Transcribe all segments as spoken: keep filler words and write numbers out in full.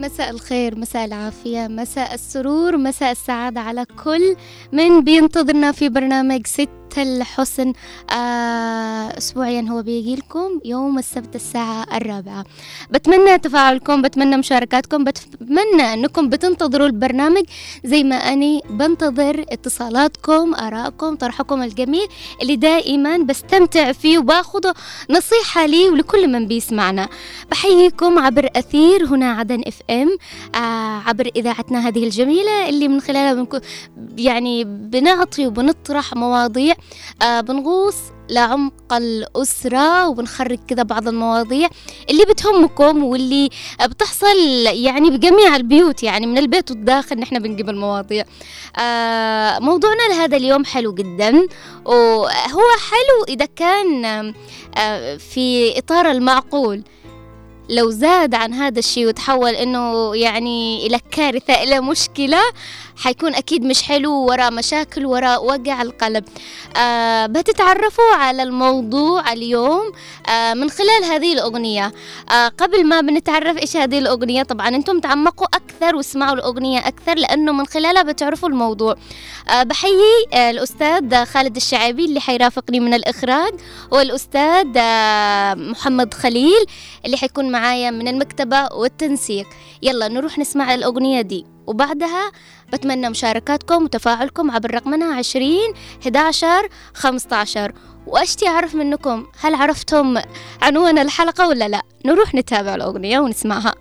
مساء الخير، مساء العافية، مساء السرور، مساء السعادة على كل من بينتظرنا في برنامج ست الحسن. آه أسبوعيا هو بيجي لكم يوم السبت الساعة الرابعة. بتمنى تفاعلكم، بتمنى مشاركاتكم، بتمنى أنكم بتنتظروا البرنامج زي ما أني بنتظر اتصالاتكم، آرائكم، طرحكم الجميل اللي دائما بستمتع فيه وباخده نصيحة لي ولكل من بيسمعنا. بحييكم عبر أثير هنا عدن اف ام، آه عبر إذاعتنا هذه الجميلة اللي من خلالها بنكون يعني بنعطي وبنطرح مواضيع، آه بنغوص لعمق الأسرة وبنخرج كذا بعض المواضيع اللي بتهمكم واللي بتحصل يعني بجميع البيوت، يعني من البيت والداخل نحن بنجيب المواضيع. آه موضوعنا لهذا اليوم حلو جدا، وهو حلو إذا كان آه في إطار المعقول. لو زاد عن هذا الشيء وتحول إنه يعني إلى كارثة، إلى مشكلة، حيكون أكيد مش حلو، وراء مشاكل، وراء وجع القلب. آه بتتعرفوا على الموضوع اليوم آه من خلال هذه الأغنية. آه قبل ما بنتعرف إيش هذه الأغنية، طبعا أنتم تعمقوا أكثر واسمعوا الأغنية أكثر لأنه من خلالها بتعرفوا الموضوع. آه بحيي آه الأستاذ خالد الشعابي اللي حيرافقني من الإخراج، والأستاذ آه محمد خليل اللي حيكون معايا من المكتبة والتنسيق. يلا نروح نسمع الأغنية دي، وبعدها بتمنى مشاركاتكم وتفاعلكم عبر رقمنا عشرين حداشر خمستاشر، وأشتي أعرف منكم هل عرفتم عنوان الحلقة ولا لا. نروح نتابع الأغنية ونسمعها.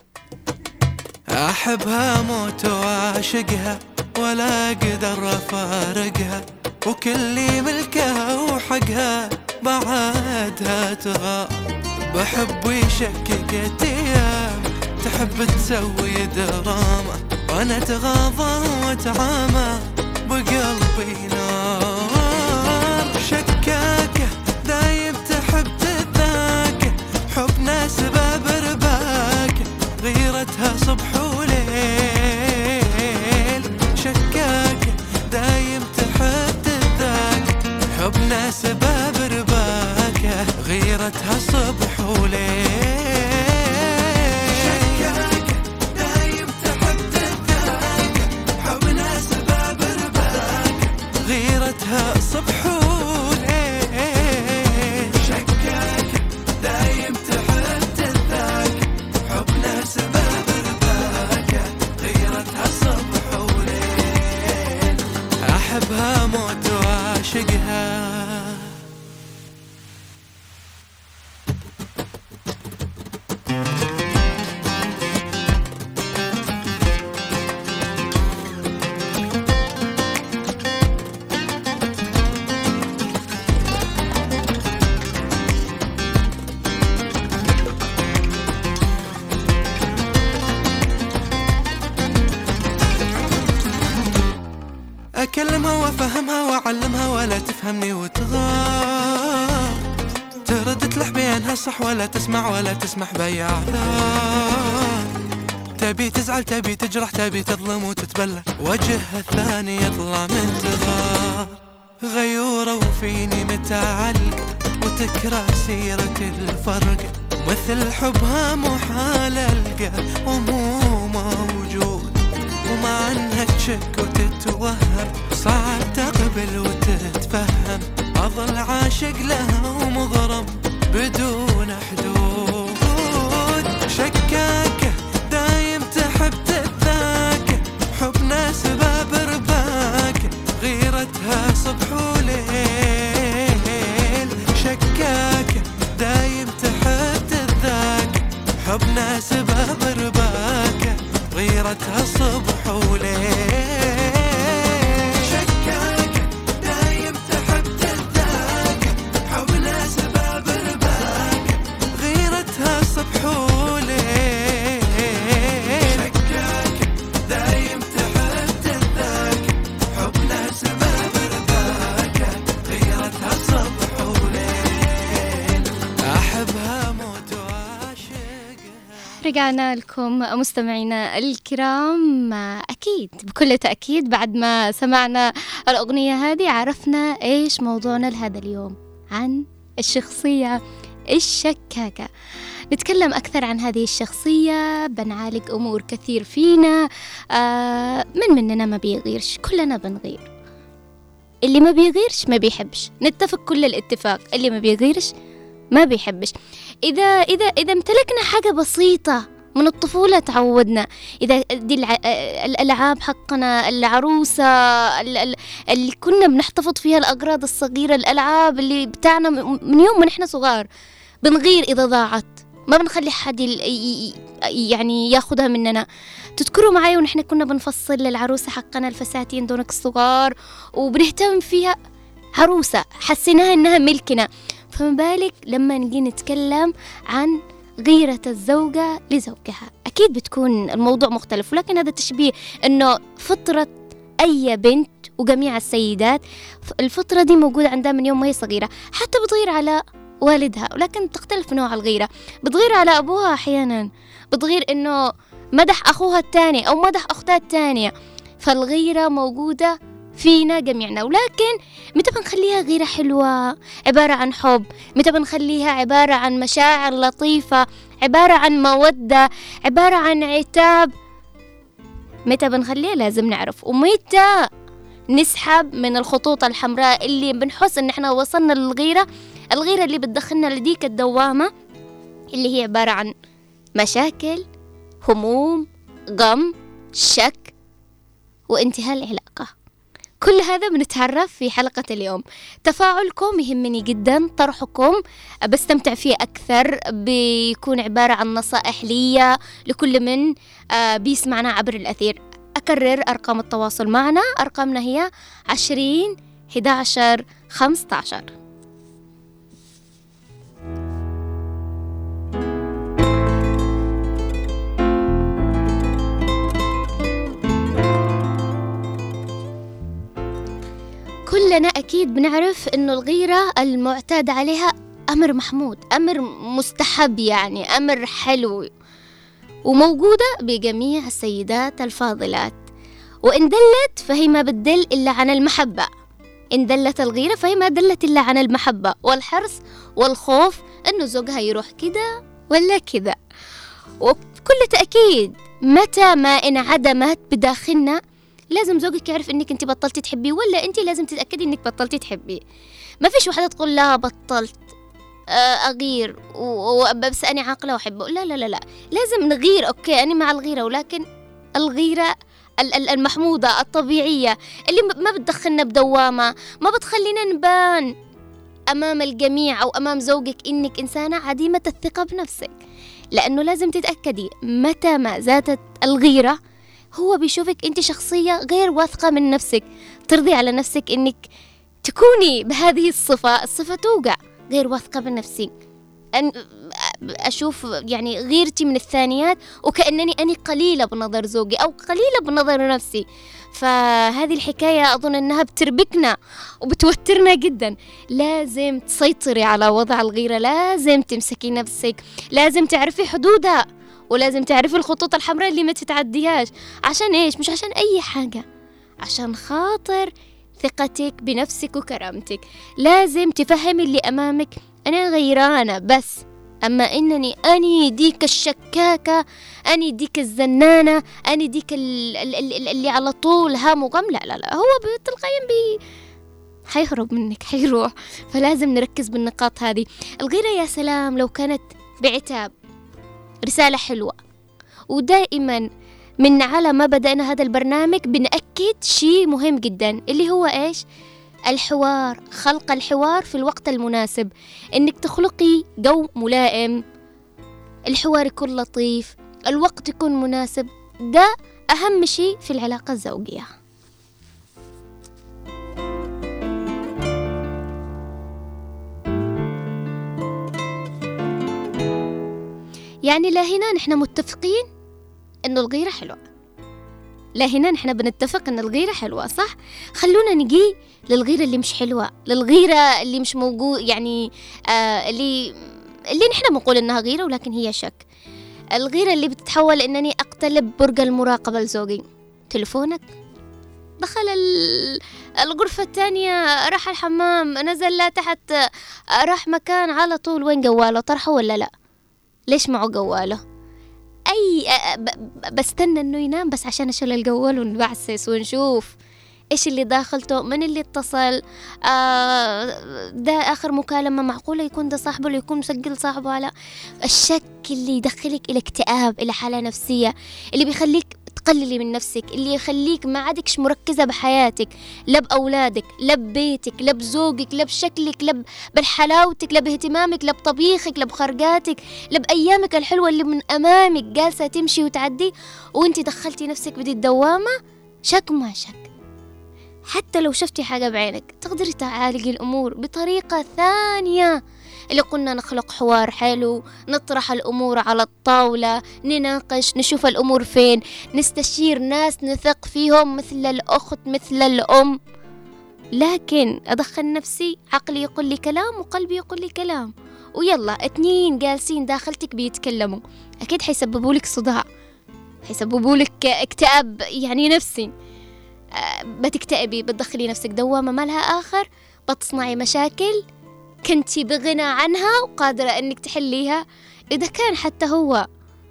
أحبها موت وأعشقها ولا أقدر أفارقها، وكل ملكها وحقها بعدها تغار. بحب ويشكك أيام تحب تسوي دراما، وانا اتغاضى واتعامى بقلبي نار. شكاكة دايم تحب تذاكة، حب ناس باب رباكة، غيرتها صبح وليل. شكاكة دايم تحب تذاكة، حب ناس باب رباكة، غيرتها صبح وليل. غيرتها صبح وليل. شكاك دايم تحب تذاك، حب ناس باب رباك، غيرتها صبح وليل. أحبها موت وأعشقها. أكلمها وأفهمها وأعلمها ولا تفهمني وتغار، ترد تلح بينها صح ولا تسمع ولا تسمح بأي أعذار. تبي تزعل، تبي تجرح، تبي تظلم وتتبلى، وجهها الثاني يطلع من تغار. غيورة وفيني متعلق وتكره سيرة الفرق، مثل حبها محال ألقى ومو موجود. ومع انها تشك وتتوهم صعب تقبل وتتفهم، اظل عاشق لها ومغرم بدون حدود. شكاكة دايم تحب تذاكة، حب ناس باب رباكة، غيرتها صبح وليل. شكاكة دايم تحب تذاكة، حب ناس باب رباكة، غيرتها صبح وليل. شكاكة دايم تحب تذاكة، حب ناس باب رباكة، غيرتها صبح وليل. شكاكة دايم تحب تذاكة، حب ناس باب رباكة، غيرتها صبح وليل. أحبها موت وأعشقها. رجعنا لكم مستمعينا الكرام. أكيد بكل تأكيد بعد ما سمعنا الأغنية هذه عرفنا إيش موضوعنا لهذا اليوم، عن الشخصية الشكاكة. نتكلم أكثر عن هذه الشخصية، بنعالج أمور كثير فينا. آه من مننا ما بيغيرش؟ كلنا بنغير. اللي ما بيغيرش ما بيحبش، نتفق كل الاتفاق. اللي ما بيغيرش ما بيحبش. إذا إذا إذا امتلكنا حاجة بسيطة من الطفولة تعودنا، إذا دي الع... الألعاب حقنا، العروسة اللي كنا بنحتفظ فيها، الأغراض الصغيرة، الألعاب اللي بتاعنا من يوم ما نحن صغار، بنغير إذا ضاعت، ما بنخلي حد يعني ياخدها مننا. تذكروا معي ونحن كنا بنفصل للعروسة حقنا الفساتين دونك الصغار وبنهتم فيها، عروسة حسيناها إنها ملكنا. فما بالك لما نجي نتكلم عن غيرة الزوجة لزوجها؟ أكيد بتكون الموضوع مختلف، ولكن هذا تشبيه إنه فطرة أي بنت وجميع السيدات، الفطرة دي موجودة عندها من يوم ما هي صغيرة. حتى بتغير على والدها، ولكن تختلف نوع الغيرة. بتغير على أبوها أحيانا، بتغير إنه مدح أخوها التاني أو مدح أختها التانية. فالغيرة موجودة فينا جميعنا، ولكن متى بنخليها غيرة حلوة عبارة عن حب؟ متى بنخليها عبارة عن مشاعر لطيفة، عبارة عن مودة، عبارة عن عتاب؟ متى بنخليها؟ لازم نعرف. ومتى نسحب من الخطوط الحمراء اللي بنحس ان احنا وصلنا للغيرة، الغيرة اللي بتدخلنا لديك الدوامة اللي هي عبارة عن مشاكل، هموم، غم، شك، وانتهاء العلاقة. كل هذا بنتعرف في حلقة اليوم. تفاعلكم يهمني جدا، طرحكم بستمتع فيه أكثر، بيكون عبارة عن نصائح لي لكل من بيسمعنا عبر الأثير. أكرر أرقام التواصل معنا، أرقامنا هي عشرين إحدى عشر خمسة عشر. كلنا أكيد بنعرف إنه الغيرة المعتاد عليها أمر محمود، أمر مستحب، يعني أمر حلو، وموجودة بجميع السيدات الفاضلات. وإن دلت فهي ما بتدل إلا عن المحبة. إن دلت الغيرة فهي ما دلت إلا عن المحبة والحرص والخوف إنه زوجها يروح كده ولا كده. وبكل تأكيد متى ما انعدمت بداخلنا لازم زوجك يعرف إنك أنت بطلتي تحبيه، ولا أنت لازم تتأكدي إنك بطلتي تحبيه. ما فيش واحدة تقول لا بطلت أغير وبس أنا عاقلة وأحبه. لا لا لا لا، لازم نغير. أوكي أنا مع الغيرة، ولكن الغيرة المحمودة الطبيعية اللي ما بتدخلنا بدوامة، ما بتخلينا نبان أمام الجميع أو أمام زوجك إنك إنسانة عديمة الثقة بنفسك. لأنه لازم تتأكدي متى ما زادت الغيرة هو بيشوفك أنت شخصية غير واثقة من نفسك، ترضي على نفسك إنك تكوني بهذه الصفة. الصفة توقع، غير واثقة من نفسي، أن أشوف يعني غيرتي من الثانيات وكأنني أنا قليلة بنظر زوجي أو قليلة بنظر نفسي. فهذه الحكاية أظن أنها بتربكنا وبتوترنا جدا. لازم تسيطري على وضع الغيرة، لازم تمسكي نفسك، لازم تعرفي حدودها، ولازم تعرفي الخطوط الحمراء اللي ما تتعديهاش. عشان إيش؟ مش عشان أي حاجة، عشان خاطر ثقتك بنفسك وكرامتك. لازم تفهمي اللي أمامك أنا غيرانة بس، أما إنني أني ديك الشكاكة، أني ديك الزنانة، أني ديك اللي على طول هام وغم. لا لا لا، هو تلقائيا بي حيهرب منك، حيروح. فلازم نركز بالنقاط هذه. الغيرة يا سلام لو كانت بعتاب، رسالة حلوة. ودائما من على ما بدأنا هذا البرنامج بنأكد شيء مهم جدا، اللي هو إيش؟ الحوار، خلق الحوار في الوقت المناسب، إنك تخلقي جو ملائم، الحوار يكون لطيف، الوقت يكون مناسب. ده أهم شيء في العلاقة الزوجية. يعني لا هنا نحن متفقين إنه الغيرة حلوة، لا هنا نحن بنتفق إن الغيرة حلوة، صح؟ خلونا نجي للغيرة اللي مش حلوة، للغيرة اللي مش موجود، يعني آه اللي اللي نحن بنقول إنها غيرة ولكن هي شك. الغيرة اللي بتتحول إنني أقتلب برج المراقبة لزوجي، تلفونك، دخل ال- الغرفة الثانية، راح الحمام، نزل لا تحت، راح مكان، على طول وين جواله؟ طرحه ولا لا؟ ليش معه جواله؟ أي أ- ب- بستنى إنه ينام بس عشان أشيل الجوال ونبعسس ونشوف إيش اللي داخلته، من اللي اتصل، آه ده آخر مكالمة، معقولة يكون ده صاحبه اللي يكون مسجل صاحبه على. الشك اللي يدخلك إلى اكتئاب، إلى حالة نفسية، اللي بيخليك تقللي من نفسك، اللي يخليك ما عادكش مركزة بحياتك، لا بأولادك، لا ببيتك، لا بزوجك، لا بشكلك، لا بحلاوتك، لا باهتمامك، لا بطبيخك، لا بخرجاتك، لا بأيامك الحلوة اللي من أمامك جالسة تمشي وتعدي، وانتي دخلتي نفسك بدي الدوامة. شك ما شك، حتى لو شفتي حاجة بعينك تقدري تعالجي الأمور بطريقة ثانية. اللي قلنا نخلق حوار حلو، نطرح الأمور على الطاولة، نناقش، نشوف الأمور فين، نستشير ناس نثق فيهم مثل الأخت مثل الأم. لكن أدخل نفسي، عقلي يقول لي كلام وقلبي يقول لي كلام، ويلا اتنين جالسين داخلتك بيتكلموا، أكيد حيسببوا لك صداع، حيسببوا لك اكتئاب يعني نفسي. بتكتئبي، بتدخلي نفسك دوامة ما لها آخر، بتصنعي مشاكل كنتي بغنى عنها وقادرة أنك تحليها. إذا كان حتى هو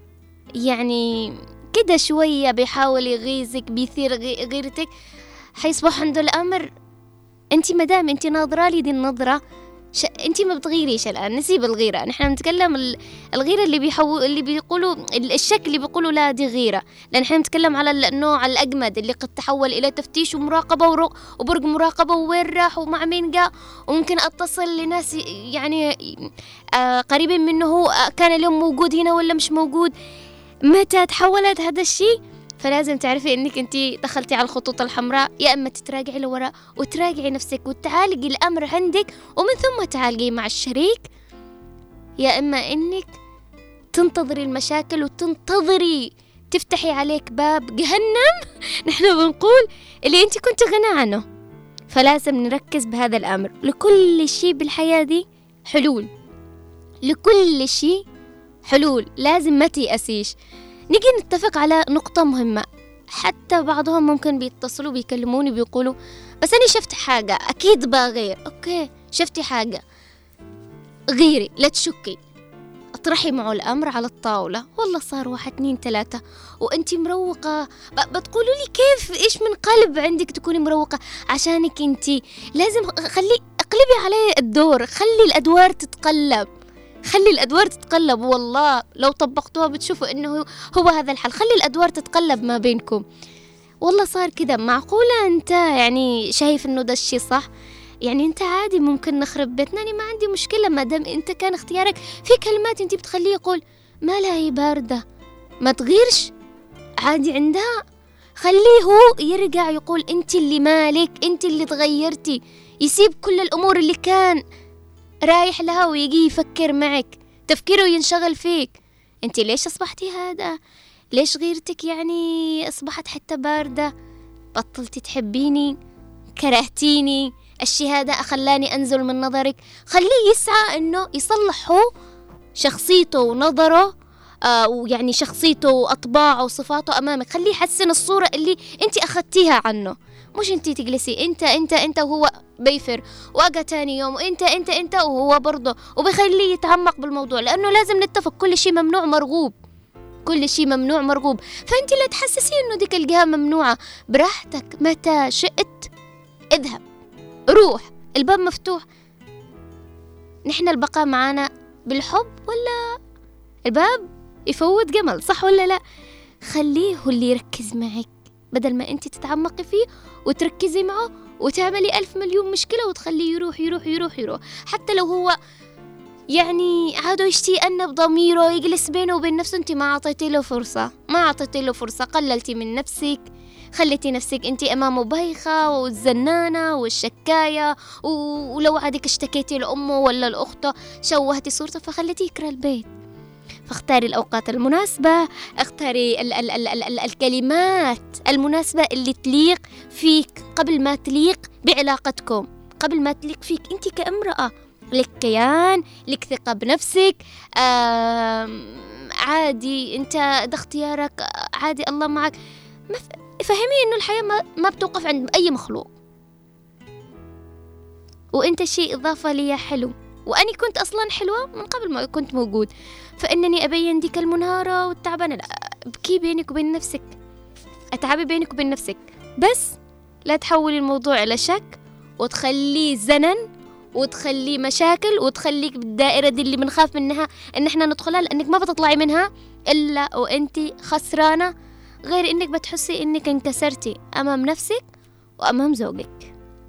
يعني كده شوية بيحاول يغيظك، بيثير غي- غيرتك، حيصبح عنده الأمر أنتي مدام أنتي ناظرة لي دي النظرة، ش... أنتي ما بتغيريش الآن، نسيب الغيرة، نحن نتكلم ال... الغيرة اللي بيحو... اللي بيقولوا الشك اللي بيقولوا لا دي غيرة، لأن نحن نتكلم على النوع الأجمد اللي قد تحول إلى تفتيش ومراقبة ور... وبرق مراقبة، ووين راح ومع مين جاء، وممكن أتصل لناس يعني آه قريبين منه، هو كان اليوم موجود هنا ولا مش موجود. متى تحولت هذا الشيء؟ فلازم تعرفي انك انتي دخلتي على الخطوط الحمراء، يا اما تتراجعي لوراء وتراجعي نفسك وتعالجي الامر عندك ومن ثم تعالجي مع الشريك، يا اما انك تنتظري المشاكل وتنتظري تفتحي عليك باب جهنم نحن بنقول اللي انتي كنت غنى عنه. فلازم نركز بهذا الامر. لكل شيء بالحياة دي حلول، لكل شيء حلول، لازم ما تيأسيش. نيجي نتفق على نقطة مهمة، حتى بعضهم ممكن بيتصلوا بيكلموني بيقولوا بس أنا شفت حاجة أكيد بغير. أوكي، شفتي حاجة غيري، لا تشكي، اطرحي معه الأمر على الطاولة، والله صار واحد اتنين تلاتة وانتي مروقة، بتقولوا لي كيف، ايش من قلب عندك تكوني مروقة؟ عشانك انتي لازم خلي اقلبي عليه الدور، خلي الأدوار تتقلب، خلي الأدوار تتقلب. والله لو طبقتوها بتشوفوا إنه هو هذا الحل، خلي الأدوار تتقلب ما بينكم. والله صار كده، معقولة أنت يعني شايف إنه ده الشي صح؟ يعني أنت عادي ممكن نخرب بيتنا، أنا ما عندي مشكلة ما دام أنت كان اختيارك. في كلمات أنت بتخليه يقول ما لها، هي باردة، ما تغيرش، عادي عندها، خليه هو يرجع يقول أنت اللي مالك، أنت اللي تغيرتي، يسيب كل الأمور اللي كان رايح لها ويجي يفكر معك، تفكيره ينشغل فيك. انت ليش اصبحتي هذا؟ ليش غيرتك يعني اصبحت حتى باردة؟ بطلتي تحبيني؟ كرهتيني؟ الشي هذا خلاني انزل من نظرك. خليه يسعى انه يصلح هو شخصيته ونظره، آه ويعني شخصيته واطباعه وصفاته امامك، خليه يحسن الصورة اللي انت اخذتيها عنه، مش انتي تجلسي انت انت انت وهو بيفر، واجا تاني يوم انت انت انت وهو برضه، وبيخليه يتعمق بالموضوع، لانه لازم نتفق كل شيء ممنوع مرغوب، كل شيء ممنوع مرغوب. فانت لا تحسسي انه ديك الجهة ممنوعة، براحتك متى شئت اذهب، روح، الباب مفتوح. نحن البقاء معانا بالحب ولا الباب يفوت جمل، صح ولا لا؟ خليه هو اللي يركز معك بدل ما انت تتعمقي فيه وتركزي معه وتعملي ألف مليون مشكلة وتخليه يروح يروح يروح يروح. حتى لو هو يعني عادوا يشتي أن بضميره يجلس بينه وبين نفسه، انت ما عطيتي له فرصة، ما عطيتي له فرصة، قللتي من نفسك، خليتي نفسك انت أمامه بايخة والزنانة والشكاية، ولو عادك اشتكيتي لأمه ولا لأخته شوهتي صورته فخليتي يكره البيت. فاختاري الأوقات المناسبة، اختاري ال ال ال ال ال الكلمات المناسبة اللي تليق فيك قبل ما تليق بعلاقتكم، قبل ما تليق فيك أنت كامرأة، لك كيان، لك ثقة بنفسك، عادي أنت ده اختيارك، عادي الله معك. ما فهمي إنه الحياة ما, ما بتوقف عند أي مخلوق، وإنت شيء إضافة لي حلو، وأني كنت أصلا حلوة من قبل ما كنت موجود، فإنني أبين ديك المنهارة والتعبانة. لا، ابكي بينك وبين نفسك، أتعبي بينك وبين نفسك، بس لا تحولي الموضوع إلى شك وتخليه زنن وتخليه مشاكل وتخليك بالدائرة دي اللي بنخاف منها إن إحنا ندخلها، لأنك ما بتطلعي منها إلا وإنتي خسرانة، غير إنك بتحسي إنك انكسرتي أمام نفسك وأمام زوجك.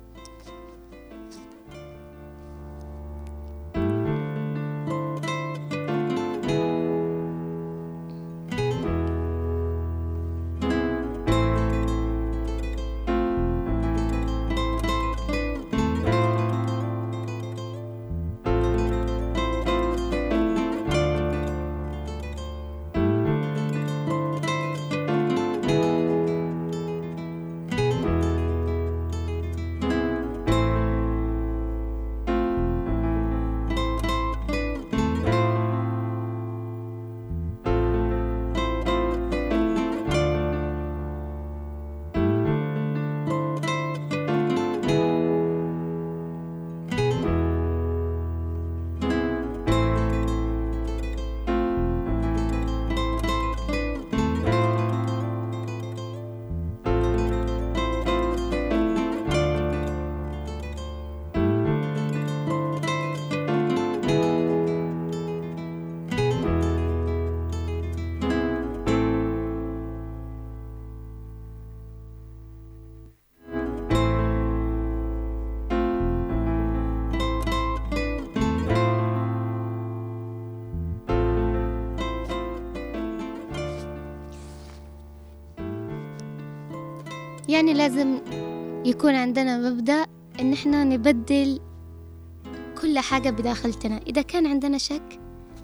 يعني لازم يكون عندنا مبدأ إن إحنا نبدل كل حاجة بداخلتنا. إذا كان عندنا شك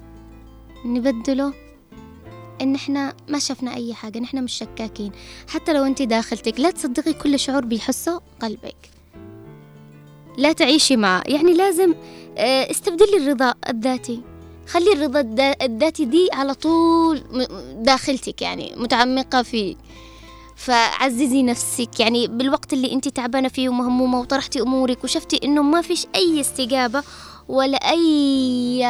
نبدله إن إحنا ما شفنا أي حاجة، نحن مش شكاكين. حتى لو أنت داخلتك لا تصدقي كل شعور بيحسه قلبك، لا تعيشي معه. يعني لازم استبدلي الرضا الذاتي، خلي الرضا الذاتي دي على طول داخلتك، يعني متعمقة فيك. فعززي نفسك، يعني بالوقت اللي انت تعبانة فيه ومهمومة وطرحتي أمورك وشفتي إنه ما فيش أي استجابة ولا أي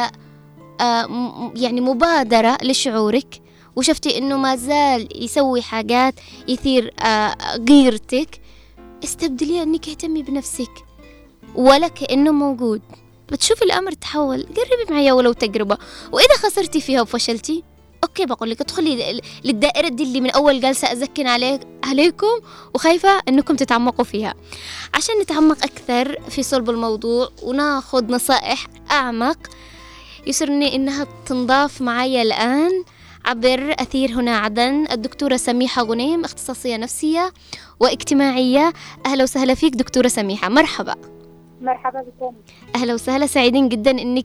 آه يعني مبادرة لشعورك، وشفتي إنه ما زال يسوي حاجات يثير آه غيرتك، استبدليه إنك اهتمي بنفسك ولا كأنه موجود. بتشوفي الأمر تحول. قربي معي ولو تجربة، وإذا خسرتي فيها وفشلتي اوكي بقول لك ادخلي للدائره دي اللي من اول جلسه ازكن عليك عليكم وخايفه انكم تتعمقوا فيها. عشان نتعمق اكثر في صلب الموضوع وناخذ نصائح اعمق، يسرني انها تنضاف معي الان عبر اثير هنا عدن الدكتوره سميحه غنيم، اختصاصيه نفسيه واجتماعيه. اهلا وسهلا فيك دكتوره سميحه. مرحبا. مرحبا بكم. أهلا وسهلا، سعيدين جدا أنك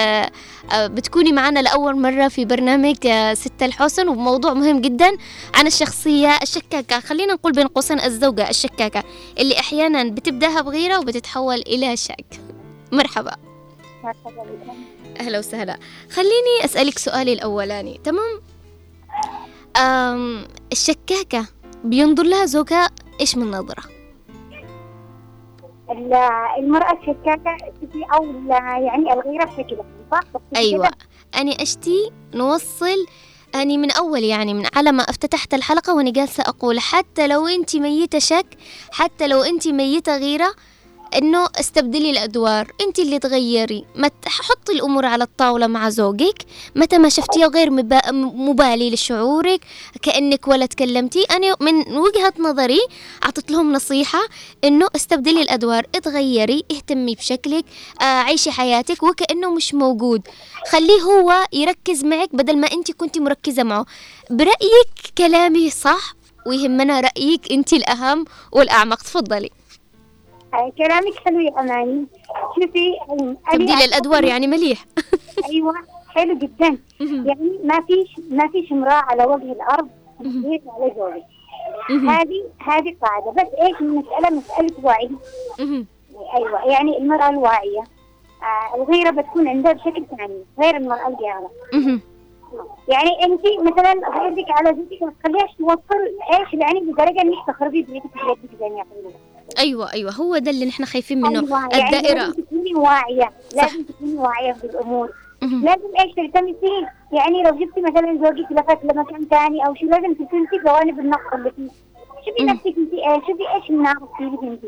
بتكوني معنا لأول مرة في برنامج ست الحسن، وموضوع مهم جدا عن الشخصية الشكاكة، خلينا نقول بين قوسين الزوجة الشكاكة اللي أحيانا بتبدأها بغيرة وبتتحول إلى شك. مرحبا. مرحبا بكم. أهلا وسهلا. خليني أسألك سؤالي الأولاني، تمام؟ الشكاكة بينظر لها زوجها إيش من نظرة؟ المرأة الشكاكة أو يعني الغيرة بشكل صح؟ أيوة، أنا أشتي نوصل أني من أول، يعني من على ما افتتحت الحلقة وأنا جالسة أقول حتى لو أنت ميتة شك، حتى لو أنت ميتة غيرة، إنه استبدلي الأدوار، أنت اللي تغيري. ما تحطي الأمور على الطاولة مع زوجك متى ما شفتيه غير مبالي لشعورك كأنك ولا تكلمتي. أنا من وجهة نظري أعطت لهم نصيحة إنه استبدلي الأدوار، اتغيري، اهتمي بشكلك، آه عيشي حياتك وكأنه مش موجود، خليه هو يركز معك بدل ما أنت كنت مركزة معه. برأيك كلامي صح؟ ويهمنا رأيك أنت الأهم والأعمق. تفضلي. كلامك حلو يا أماني. شوفي تبديل الأدوار يعني مليح. أيوة حلو جدا. يعني ما فيش ما فيش امرأة على وجه الأرض تغير على زوجها. هذه هذه قاعدة، بس إيش المسألة؟ مسألة وعي. أيوة، يعني المرأة الواعية آه الغيرة بتكون عندها بشكل ثاني غير المرأة الجاهلة. يعني انت مثلا غيرك على زوجك ما تخليهاش توصل ايش يعني لدرجه انك تخربي بيتك بيتك زي ما يقولوا. ايوه ايوه هو ده اللي نحن خايفين منه. أيوة. يعني الدائره لازم تكوني واعيه، لازم تكوني واعيه بالامور. لازم ايش تلتمسي، يعني لو جبتي مثلا زوجك لفت لمكان ثاني او شيء لازم تلتمسي جوانب النقص اللي فيه. شوفي نفسك انت ايش، شوفي ايش الناقص فيك انت.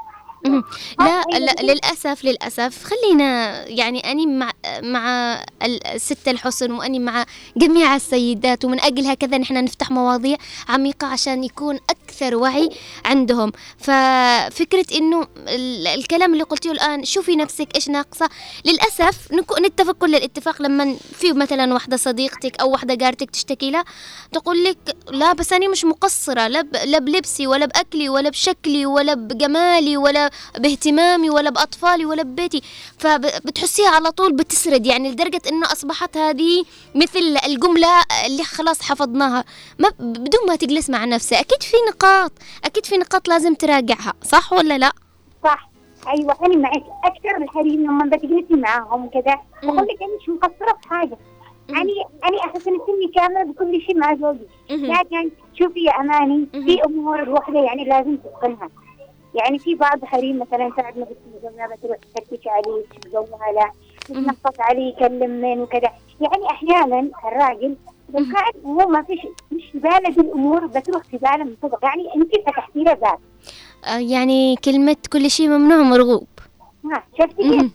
لا, لا للأسف للأسف خلينا يعني أني مع مع الستة الحسن وأني مع جميع السيدات، ومن أجل هكذا نحن نفتح مواضيع عميقة عشان يكون أكثر وعي عندهم. ففكرة إنه الكلام اللي قلتيه الآن شوفي نفسك إيش ناقصة، للأسف نتفق كل الاتفاق لما في مثلا واحدة صديقتك أو واحدة جارتك تشتكي لها تقول لك لا بس أنا مش مقصرة، لا بلبسي ولا بأكلي ولا بشكلي ولا بجمالي ولا باهتمامي ولا بأطفالي ولا ببيتي، فبتحسيها على طول بتسرد، يعني لدرجة إنه أصبحت هذه مثل الجملة اللي خلاص حفظناها ما بدون ما تجلس مع نفسها. أكيد في نقاط أكيد في نقاط لازم تراجعها، صح ولا لا؟ صح أيوة أنا معك. أكثر الحريم لما بتجلسي معاهم كذا بقول لك أنا مش مقصرة في حاجة، يعني أنا أحس إن سني كامل بكل شيء مع زوجي، لكن شوفي يا أماني في أمور الوحدة يعني لازم تتقنها. يعني في بعض حريم مثلا ساعد ما بتزوجها بتروح تفتش عليه تتزوجها له تتنقص عليه يكلم من وكذا. يعني احيانا الراجل بالقاعد هو ما فيش مش في باله الامور بتروح في باله من فوق، يعني انت فتحتي له باب. آه يعني كلمه كل شيء ممنوع مرغوب. ها شفتي كيف؟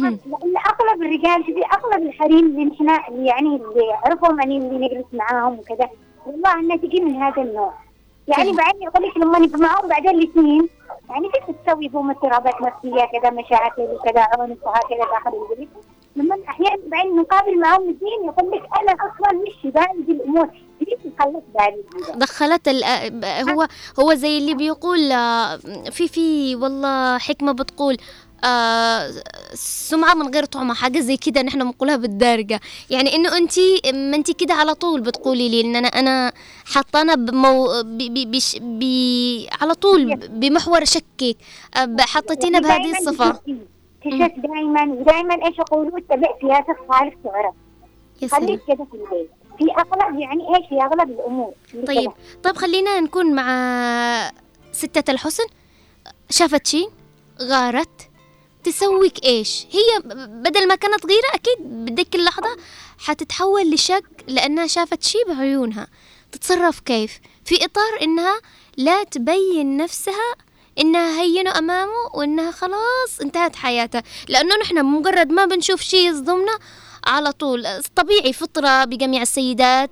اغلب الرجال شوفي اغلب الحريم اللي احنا اللي يعني اللي يعرفهم يعني اللي نجلس معاهم وكذا والله انها تجي من هذا النوع. يعني بعدين يقول لك لما نبقى معاهم بعدين الاثنين يعني كيف تسوي بهم اضطرابات نفسيه كذا مشاكل وكذا عنف وهكذا داخل البيت. لما احيانا بعدين نقابل معاهم الاثنين يقول لك انا اصلا مش في بالي دي الامور، ليش خلت بالي دخلت هو هو زي اللي بيقول في في والله حكمه بتقول آه سمعة من غير طعمة، حاجة زي كده نحن بنقولها بالدارجة، يعني إنه أنتي ما أنتي كده على طول بتقولي لي إن أنا أنا حطانا بمو بي بي بي بي على طول بمحور شكك، حطيتينا بهذه الصفة. كشف دائما ودائما إيش يقولوا اتبع سياسة صالح تعرف، خليك كده في البيت في أغلب يعني إيش في أغلب الأمور. طيب طيب خلينا نكون مع ستة الحسن. شافت شيء غارت تسويك إيش؟ هي بدل ما كانت غيرة أكيد بدك اللحظة حتتحول لشك لأنها شافت شيء بعيونها. تتصرف كيف؟ في إطار إنها لا تبين نفسها إنها هينه أمامه وإنها خلاص انتهت حياتها، لأنه نحن مجرد ما بنشوف شيء يصدمنا على طول طبيعي فطرة بجميع السيدات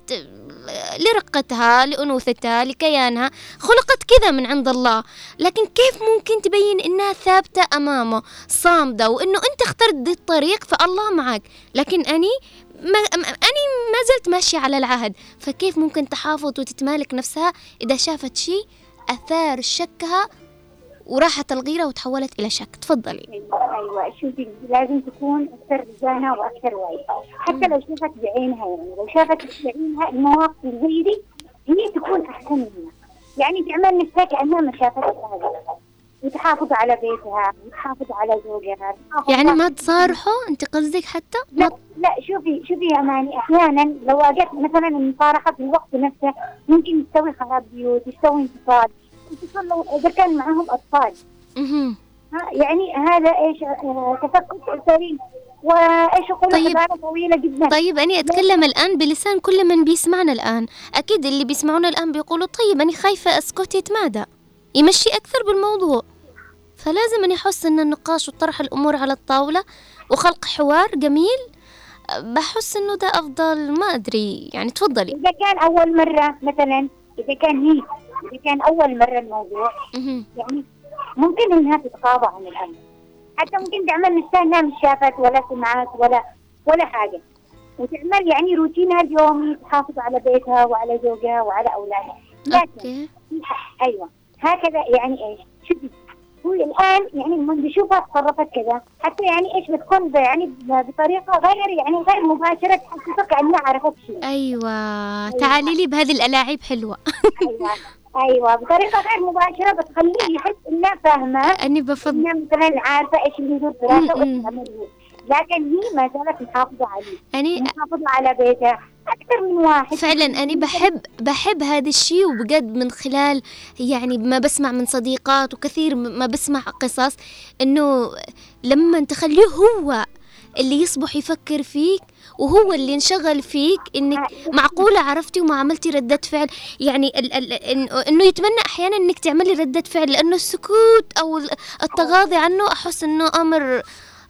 لرقتها لأنوثتها لكيانها خلقت كذا من عند الله، لكن كيف ممكن تبين إنها ثابتة أمامه صامدة وإنه أنت اخترت دي الطريق فالله معك، لكن أني ما أني ما زلت ماشية على العهد. فكيف ممكن تحافظ وتتمالك نفسها إذا شافت شيء أثار شكها وراحت الغيرة وتحولت إلى شك؟ تفضلي. أيوة أيوة شوفي لازم تكون أكثر رزانة وأكثر وعي، حتى لو شافت بعينها يعني لو شافت بعينها المواقف زي دي هي تكون أحسن منها، يعني تعمل نفسها كأنها ما شافت هذا وتحافظ على بيتها وتحافظ على زوجها. يعني ما تصارحوا أنت قصدك حتى؟ لا لا شوفي شوفي يا أماني أحيانا لو واجهت مثلا المصارحة في الوقت نفسه ممكن تسوي خراب بيوت تسوي انفصال، لو إذا كان معهم أطفال. اها يعني هذا إيش تفكك أسري وإيش يقولوا طيب. عبارة طويلة جدا. طيب أنا أتكلم الآن بلسان كل من بيسمعنا الآن، أكيد اللي بيسمعونا الآن بيقولوا طيب أنا خايفة أسكت يتمادى يمشي أكثر بالموضوع، فلازم أن يحس أن النقاش وطرح الأمور على الطاولة وخلق حوار جميل، بحس أنه ده أفضل. ما أدري يعني تفضلي. إذا كان أول مرة مثلا إذا كان هي إذا كان أول مرة الموضوع يعني ممكن إنها تتغاضى عن الأمر، حتى ممكن تعمل نفسها إنها مش شافت ولا سمعت ولا ولا حاجة، وتعمل يعني روتينها اليومي تحافظ على بيتها وعلى زوجها وعلى أولادها. لكن أيوة هكذا يعني إيش شوفي هو الآن يعني من بيشوفها تصرفت كذا حتى يعني إيش بتكون يعني بطريقة غير يعني غير مباشرة تحسسك كأنها عرفت شيء. أيوة, أيوة. تعالي لي بهذه الألاعيب حلوة. أيوة أيوة بطريقة غير مباشرة بتخليه يحس إنها فاهمة أني بفضل إنها مثلا عارفة إيش اللي يدور براسه وإيش عمله، لكن هي ما زالت محافظة عليه، أني محافظة على بيتها أكثر من واحد فعلا أنا بحب بحب هذا الشيء، وبجد من خلال يعني ما بسمع من صديقات وكثير ما بسمع قصص إنه لما تخليه هو اللي يصبح يفكر فيك وهو اللي انشغل فيك، إنك معقولة عرفتي وما عملتي ردة فعل. يعني ال ال إنه إنه يتمنى أحيانا إنك تعملي ردة فعل، لأنه السكوت أو التغاضي عنه أحس إنه أمر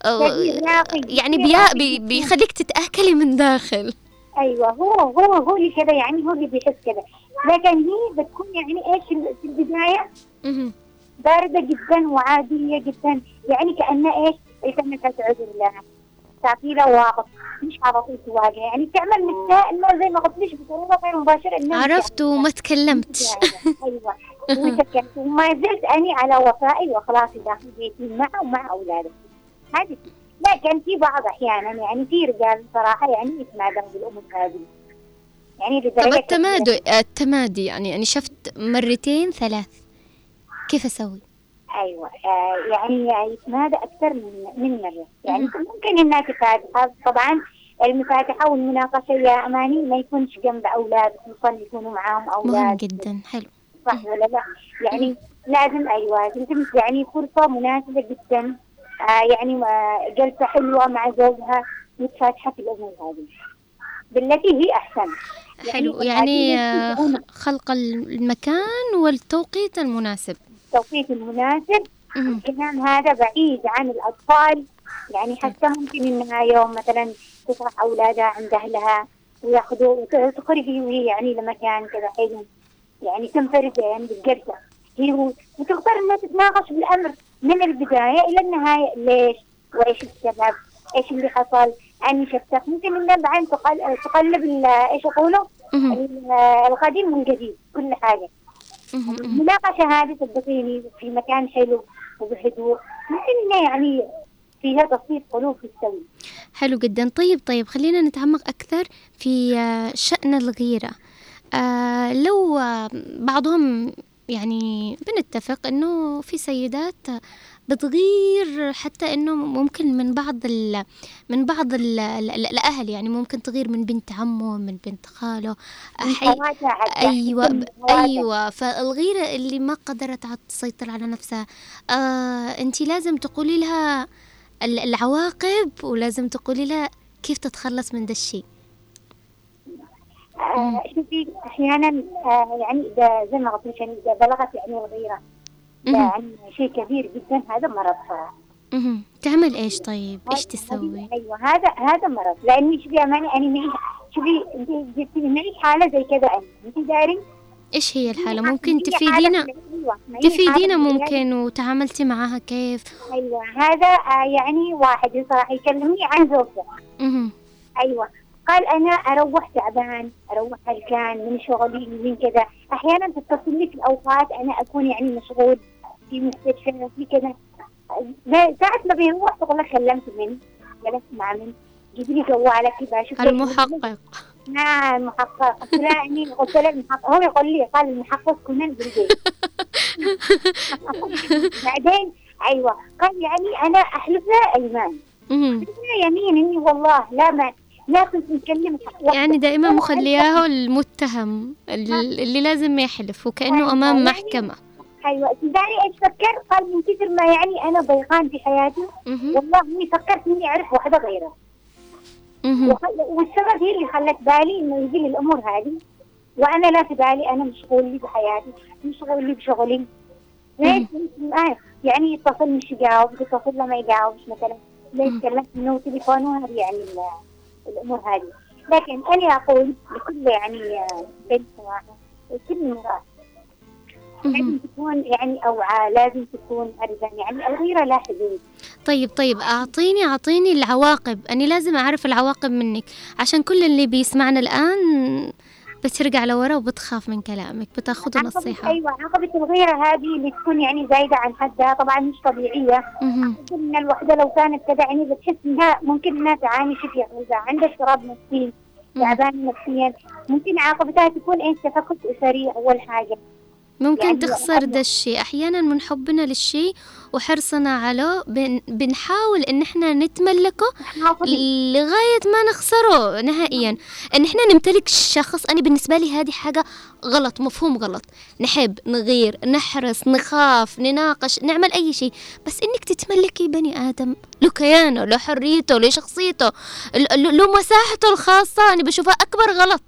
يعني بيا بي بيخليك تتأكلي من داخل. ايوه هو هو هو اللي كذا، يعني هو اللي بيحس كذا، لكن هي بتكون يعني ايش في البدايه بارده جدا وعاديه جدا، يعني كانها ايش كانها تعذر الله، تعطي له واقف مش على طول تواجه، يعني تعمل مثل انه زي ما قلت ليش بطريقه غير مباشره. عرفت وما تكلمتش. ايوه وتكلمت وما زلت اني على وفائي وخلاصي داخل بيتي معه ومع اولاده هذه. لكن في بعض احيانا يعني في رجال صراحه يعني يتمادوا بالامور هذه، يعني طب التمادي التمادي يعني انا شفت مرتين ثلاث، كيف اسوي؟ ايوه آه يعني يتمادى اكثر من من مره، يعني ممكن الناس تفاتحه. طبعا المفاتحه والمناقشه يا اماني ما يكونش جنب اولاد، خصوصا يكونوا معاهم اولاد. مهم جدا. حلو صح ولا لا؟ يعني لازم ايوه لازم يعني فرصه مناسبه جدا، آه يعني آه جلسة حلوة مع زوجها متفاتحة في الأمور هذه بالتي هي أحسن. حلو يعني, يعني خلق المكان والتوقيت المناسب. التوقيت المناسب الكلام هذا بعيد عن الأطفال، يعني حتى ممكن إنها يوم مثلا تطرح أولادها عند أهلها ويأخذوا وتخرجي وهي يعني لمكان كذا حلو، يعني تنفرد يعني بالجلسة هي وتختار إنها تتناقش بالأمر من البداية إلى النهاية، ليش وإيش السبب، إيش اللي حصل، أني شفتك. ممكن إنها بعدين تقلب إيش أقوله القديم والجديد كل حاجة. المناقشة هذه صدقيني في مكان حلو وبهدوء ممكن إنها يعني فيها تصفية قلوب تستوي. حلو جدا. طيب طيب خلينا نتعمق أكثر في شأن الغيرة. آه لو بعضهم يعني بنتفق إنه في سيدات بتغير، حتى إنه ممكن من بعض ال من بعض ال الأهل، يعني ممكن تغير من بنت عمه من بنت خاله. حي... أيوة أيوة فالغيرة اللي ما قدرت تسيطر على نفسها، آه أنتي لازم تقولي لها العواقب ولازم تقولي لها كيف تتخلص من ده الشيء. آه شوفي احيانا آه يعني اذا زي ما قلت لك اذا بلغت يعني الغيره يعني شيء كبير جدا، هذا مرض صراحه. اها تعمل ايش طيب؟ ايش تسوي؟ ايوه هذا هذا مرض، لاني شوفي اماني انا معي شوفي انت جبتي معي حاله زي كذا، انت انت داري ايش هي الحاله؟ ممكن تفيدينا أيوة. تفيدينا ممكن وتعاملتي معها كيف؟ ايوه هذا آه يعني واحد صراحه يكلمني عن زوجته. اها ايوه قال أنا أروح تعبان، أروح هلكان من شغلي من كذا، أحيانا تتصل لي في الأوقات أنا أكون يعني مشغول في مستشفى في كذا، ساعة ما بيروح تقول لك كلمت من جلست مع من جيب لي جوالك كذا شوف المحقق. نعم المحقق. قلت له يعني قلت له المحقق، هو يقول لي قال المحقق كنان بالبيت. بعدين أيوة قال يعني أنا أحلف له أيمان. يمين إني والله لا ما لا كنت نكلم، يعني دائما مخلياه المتهم اللي لازم يحلف وكأنه أمام محكمة. أيوة تداري إيش فكر؟ قال من كثر ما يعني أنا ضيقان في حياتي والله إني فكرت إني أعرف واحدة غيره، والسبب هي اللي خلت بالي إنه يجي لي الأمور هذه وأنا لا في بالي، أنا مشغول لي بحياتي مشغول لي بشغلي. ليش يعني يتصل مش يجاوب، يتصل لما يجاوبش مثلا، ليش كلمت إنه تليفونه هذه يعني الأمور هذه. لكن أنا أقول لكل يعني بنت صراحة وكل امرأة لازم تكون يعني أوعى، لازم تكون أرزان، يعني الغيرة لا حدود. طيب طيب أعطيني أعطيني العواقب، أنا لازم أعرف العواقب منك عشان كل اللي بيسمعنا الآن بترجع لورا وبتخاف من كلامك، بتاخذ نصيحة. أيوة عقبة الغيرة هذه اللي تكون يعني زايدة عن حدها طبعا مش طبيعية. إن الوحدة لو كانت كذا يعني بتحس إنها ممكن إنها تعاني شيء، إذا عندها اضطراب نفسي تعبان نفسيا، ممكن عاقبتها تكون إيش تفكك أسري أول حاجة. ممكن يعني تخسر أنا- ده الشيء أحيانا من حبنا للشيء وحرصنا عليه بن بنحاول إن إحنا نتملكه حافظي. لغاية ما نخسره نهائيا. إن إحنا نمتلك الشخص، أنا بالنسبة لي هذه حاجة غلط، مفهوم غلط. نحب، نغير، نحرص، نخاف، نناقش، نعمل أي شيء، بس إنك تتملكي بني آدم له كيانه، له حريته، له شخصيته، ل- ل- له مساحته الخاصة، أنا بشوفها أكبر غلط.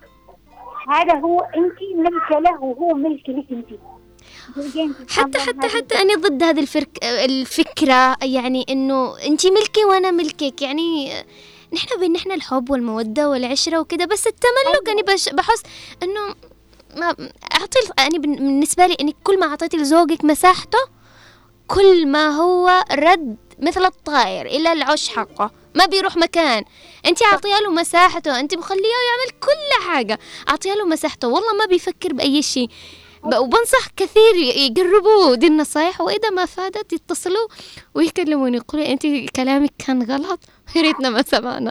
هذا هو أنت ملك له وهو ملك لك أنت. زوجين سبحان حتى الله حتى هذه- حتى أنا ضد هذه الفرك الفكرة، يعني إنه أنتي ملكي وأنا ملكك. يعني نحن بين نحن الحب والمودة والعشرة وكده، بس التملك أنا بش بحس إنه ما أعطي. أنا بالنسبة لي إنك كل ما أعطيتي لزوجك مساحته، كل ما هو رد مثل الطائر إلى العش حقه، ما بيروح مكان. أنت عطيها له مساحته، أنت مخليه يعمل كل حاجة، عطيها له مساحته، والله ما بيفكر بأي شيء. ب- وبنصح كثير يقربوا دي النصايح، وإذا ما فادت يتصلوا ويكلموني يقولوا أنت كلامك كان غلط، يا ريتنا ما سمعنا.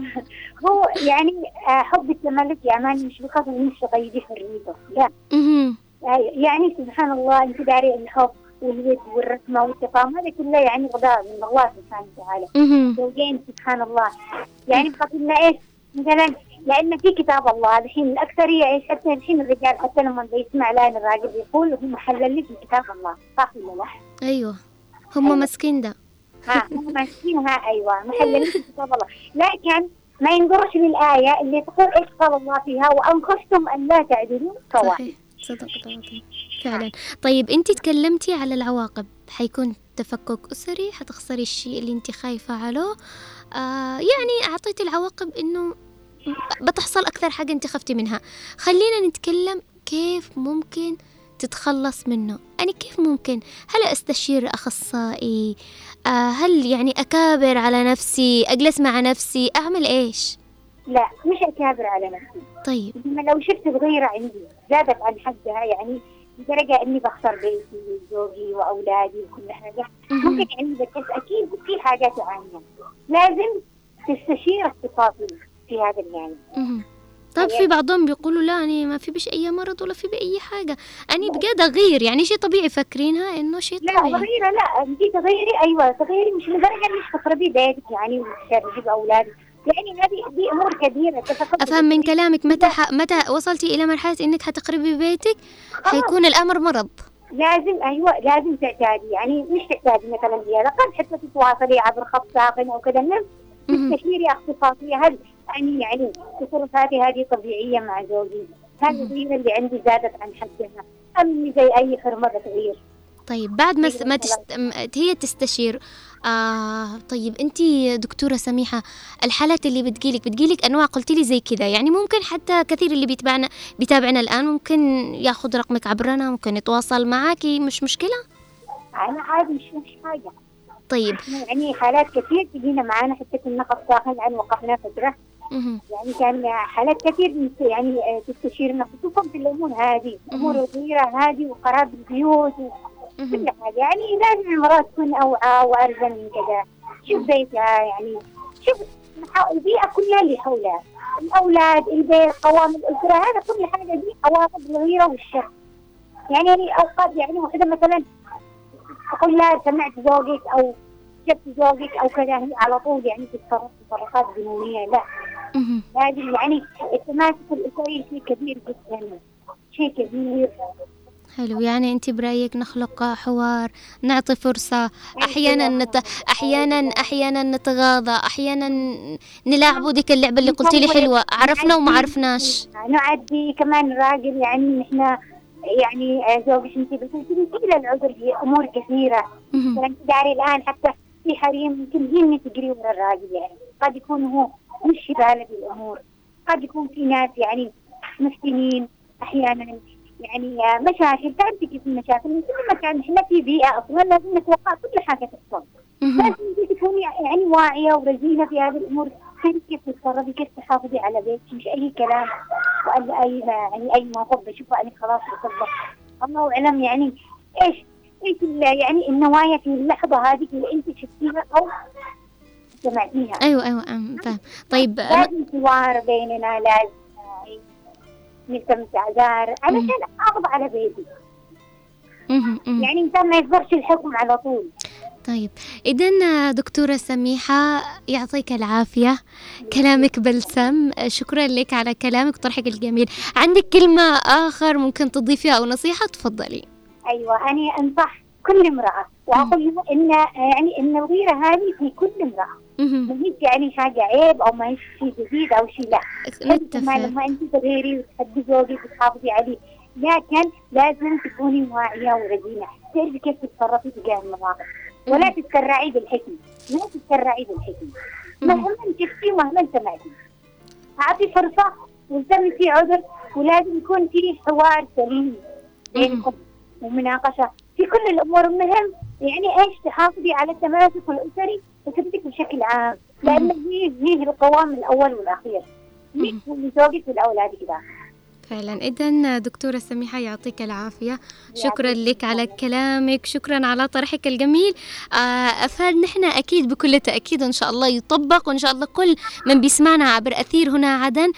هو يعني آه، حب التملك يا أمان مش بخاطر إنك تقيدي حريته، لا. مهم. آه، يعني سبحان الله أنت داري الحب والود والرحمة والتفاهم هذا كله يعني غذاء من الله سبحانه وتعالى. مهم. زوجين سبحان الله يعني بخاطر إنه إيش مثلا، لأن في كتاب الله الحين الأكثرية إيش، حتى الحين الرجال حتى لما بيسمع لان الراجل يقول هم محلل في كتاب الله، صح ولا لا؟ أيوة، هم مسكين ده. ها هم ماسكينها، أيوة محللين في كتاب الله، لكن ما ينظرش للآية اللي تقول إيش قال الله فيها وأن خفتم أن لا تعدلوا سواء. صحيح، صدقت الله فعلا. طيب أنت تكلمتي على العواقب، حيكون تفكك أسري، حتخسري الشيء اللي أنت خايفة عليه. آه يعني أعطيتي العواقب إنه بتحصل أكثر حاجة أنت خفتي منها. خلينا نتكلم كيف ممكن تتخلص منه. أنا كيف ممكن؟ هل أستشير أخصائي؟ آه هل يعني أكابر على نفسي، أجلس مع نفسي، أعمل إيش؟ لا مش أكابر على نفسي. طيب لما لو شفت صغيرة عندي زادت عن حدها يعني لدرجة إني بخسر بيتي وزوجي وأولادي وكل حاجة، ممكن يعني بس أكيد في حاجات ثانية لازم تستشير اختصاصي في هذا المعنى. مهم. طيب في بعضهم بيقولوا لا أنا ما في بش أي مرض ولا في بأي حاجة، أنا بجد أغير، يعني شيء طبيعي فاكرينها إنه شيء لا طبيعي. صغيرة، لا انتي تغيري، ايوه تغيري مش لدرجة انك تخربي بيتك يعني وتشردي باولادك، يعني هذه دي امور كبيرة تتقبل. أفهم من كلامك متى ح... متى وصلتي إلى مرحلة إنك حتقربي بيتك حيكون الأمر مرض. لازم ايوه لازم تعتادي، يعني مش تعتادي مثلا على الاقل حتى تتواصلي عبر خط ساخن او كذا، المهم تستشيري اختصاصية. هل يعني يعني تصرفاتي هذه طبيعية مع زوجي؟ هذه الغيرة اللي عندي زادت عن حدها أم زي أي خرمة بتغير؟ طيب بعد ما س- ما تست... م- هي تستشير. آه طيب أنت دكتورة سميحة، الحالات اللي بتجيلك بتجيلك أنواع قلتي لي زي كذا، يعني ممكن حتى كثير اللي بيتابعنا بيتابعنا الآن ممكن ياخذ رقمك عبرنا، ممكن يتواصل معاكي، مش مشكلة. أنا عادي مش مش حاجة. طيب يعني حالات كثير تجينا معانا حتى كنا خط ساخن عن وقفنا فترة، مهم. يعني كان حالات كثير يعني تستشيرنا خصوصا في الأمور هذه، الأمور الصغيرة هذه وقراب البيوت وكل حاجة. يعني لازم المرأة تكون أوعى وأرزل من كذا، شوف بيتها يعني شوف البيئة كلها اللي حولها، الأولاد، البيت، قوام الأسرة، هذا كل حاجة دي عواقب الغيرة والشر. يعني يعني أوقات يعني واحدة مثلا تقول لا سمعت زوجك أو شفت زوجك أو كذا، هي على طول يعني تتصرف تصرفات جنونية، لا. مهم. لازم يعني التماسك الأسري شيء كبير جدا، شيء كبير. حلو، يعني أنت برأيك نخلق حوار، نعطي فرصة، أحيانا نت... أحيانا أحيانا نتغاضى، أحيانا نلعبوا ديك اللعبة اللي قلتي لي حلوة، عرفنا وما عرفناش. نعدي كمان راجل يعني نحن يعني زوجك انت بس تجي العذر في امور كثيره. مهم. مثلا داري الان حتى في حريم يمكن هي تجري ورا الراجل، يعني قد يكون هو مش باله بالامور، قد يكون في ناس يعني مفتنين احيانا، يعني مشاكل تعرفي كيف المشاكل من كل مكان. احنا في بيئه اصلا لازم نتوقع كل حاجه تحصل، مهم. لازم تكوني يعني واعيه ورزينه في هذه الامور، كيف تتصرفي، كيف تحافظي على بيتك، مش اي كلام ولا اي يعني اي موقف بشوفه انا خلاص بصدق. الله اعلم يعني ايش ايش يعني النوايا في اللحظه هذه اللي انت شفتيها او سمعتيها. أيوة أيوة أم فاهم. طيب أنا- لازم حوار بيننا، لازم نستمتع دار علشان احافظ على بيتي. مهم. مهم. يعني إنسان ما يصدرش الحكم على طول. طيب إذن دكتورة سميحة يعطيك العافية، كلامك بلسم، شكرا لك على كلامك وطرحك الجميل. عندك كلمة آخر ممكن تضيفيها أو نصيحة؟ تفضلي. أيوة، أنا أنصح كل امرأة وأقول لها إن يعني إن الغيرة هذه في كل امرأة، ما هيش يعني حاجة عيب أو ما هيش شيء جديد أو شيء، لا. نتفق. لما أنت تغيري وتحبي زوجك وتحافظي عليه، لكن لازم تكوني واعية ورزينة، تعرفي كيف تتصرفي تجاه المواقف، ولا تتسرعي بالحكم، لا تتسرعي بالحكم. مهما شفتي ومهما سمعتي، أعطي فرصة والزمي في عذر، ولازم يكون في حوار سليم بينكم ومناقشة في كل الأمور. المهم يعني إيش تحافظي على التماسك الأسري وتمسك بشكل عام، لأن هي هي القوام الأول والأخير ليك ولزوجك والأولاد كده. فعلا. إذن دكتورة سميحة يعطيك العافية، شكرا لك على كلامك، شكرا على طرحك الجميل. أفاد نحن أكيد بكل تأكيد إن شاء الله يطبق، وإن شاء الله كل من بيسمعنا عبر أثير هنا عدن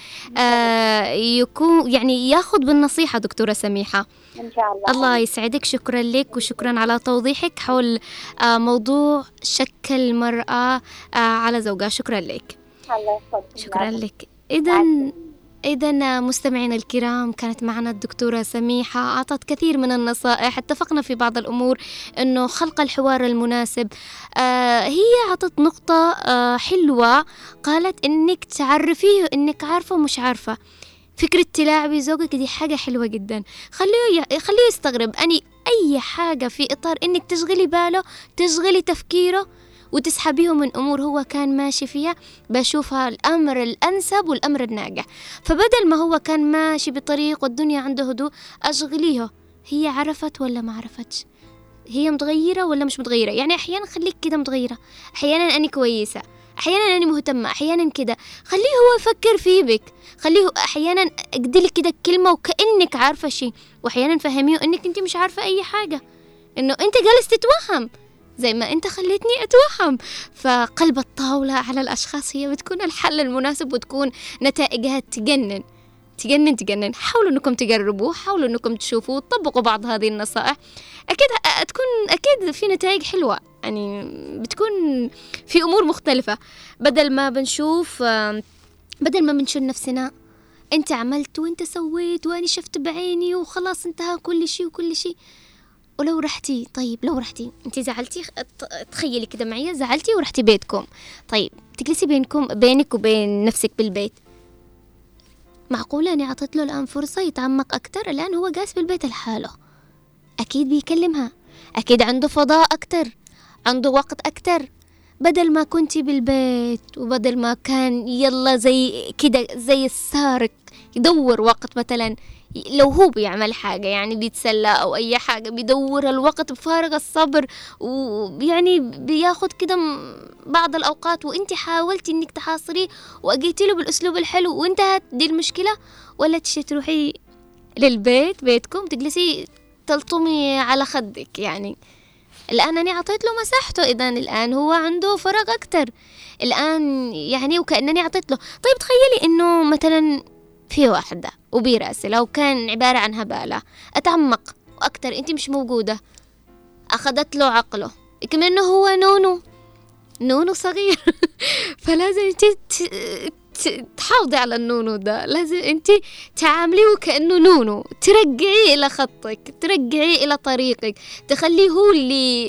يكون يعني ياخذ بالنصيحة دكتورة سميحة إن شاء الله. الله يسعدك، شكرا لك وشكرا على توضيحك حول موضوع شك المرأة على زوجها. شكرا لك. الله يحفظك. شكرا لك. إذن إذن مستمعينا الكرام، كانت معنا الدكتورة سميحة، أعطت كثير من النصائح، اتفقنا في بعض الأمور أنه خلق الحوار المناسب. آه هي أعطت نقطة آه حلوة، قالت أنك تعرفيه أنك عارفة ومش عارفة. فكرة تلاعبي زوجك دي حاجة حلوة جدا، خليه خليه يستغرب. أني أي حاجة في إطار أنك تشغلي باله، تشغلي تفكيره وتسحبيه من أمور هو كان ماشي فيها، بشوفها الأمر الأنسب والأمر الناجح. فبدل ما هو كان ماشي بطريق والدنيا عنده هدوء، أشغليه. هي عرفت ولا ما عرفتش؟ هي متغيرة ولا مش متغيرة؟ يعني أحيانا خليك كده متغيرة، أحيانا أني كويسة، أحيانا أني مهتمة، أحيانا كده. خليه هو يفكر في بك، خليه أحيانا أجدلك كده كلمة وكأنك عارفة شيء، وأحيانا فهميه أنك أنت مش عارفة أي حاجة، أنه أنت جالس تتوهم زي ما أنت خليتني أتوهم. فقلب الطاولة على الأشخاص هي بتكون الحل المناسب، وتكون نتائجها تجنن تجنن تجنن. حاولوا أنكم تجربوه، حاولوا أنكم تشوفوا وتطبقوا بعض هذه النصائح، أكيد تكون أكيد في نتائج حلوة، يعني بتكون في أمور مختلفة. بدل ما بنشوف بدل ما بنشوف نفسنا أنت عملت وأنت سويت وأنا شفت بعيني وخلاص انتهى كل شيء وكل شيء. ولو رحتي، طيب لو رحتي انت زعلتي، تخيلي كده معي زعلتي ورحتي بيتكم، طيب تجلسي بينكم بينك وبين نفسك بالبيت، معقولة أني أعطيت له الآن فرصة يتعمق أكتر؟ الآن هو جالس بالبيت لحاله، أكيد بيكلمها، أكيد عنده فضاء أكتر، عنده وقت أكتر. بدل ما كنتي بالبيت وبدل ما كان يلا زي كده زي السارق يدور وقت، مثلا لو هو بيعمل حاجة يعني بيتسلى أو أي حاجة، بيدور الوقت بفارغ الصبر، ويعني بياخد كده بعض الأوقات، وإنت حاولتي إنك تحاصريه وأجيتي له بالأسلوب الحلو وانتهت دي المشكلة، ولا تشي تروحي للبيت بيتكم تجلسي تلطمي على خدك. يعني الآن أنا عطيت له مساحته، إذن الآن هو عنده فراغ أكتر الآن يعني، وكأنني عطيت له. طيب تخيلي إنه مثلا في واحدة وبراسي لو كان عبارة عن هبالة أتعمق وأكتر، أنت مش موجودة، أخذت له عقله كمان هو نونو نونو صغير فلازم أنت تحافظي على النونو ده، لازم أنت تعامليه كأنه نونو، ترجعيه إلى خطك، ترجعيه إلى طريقك، تخليه هو اللي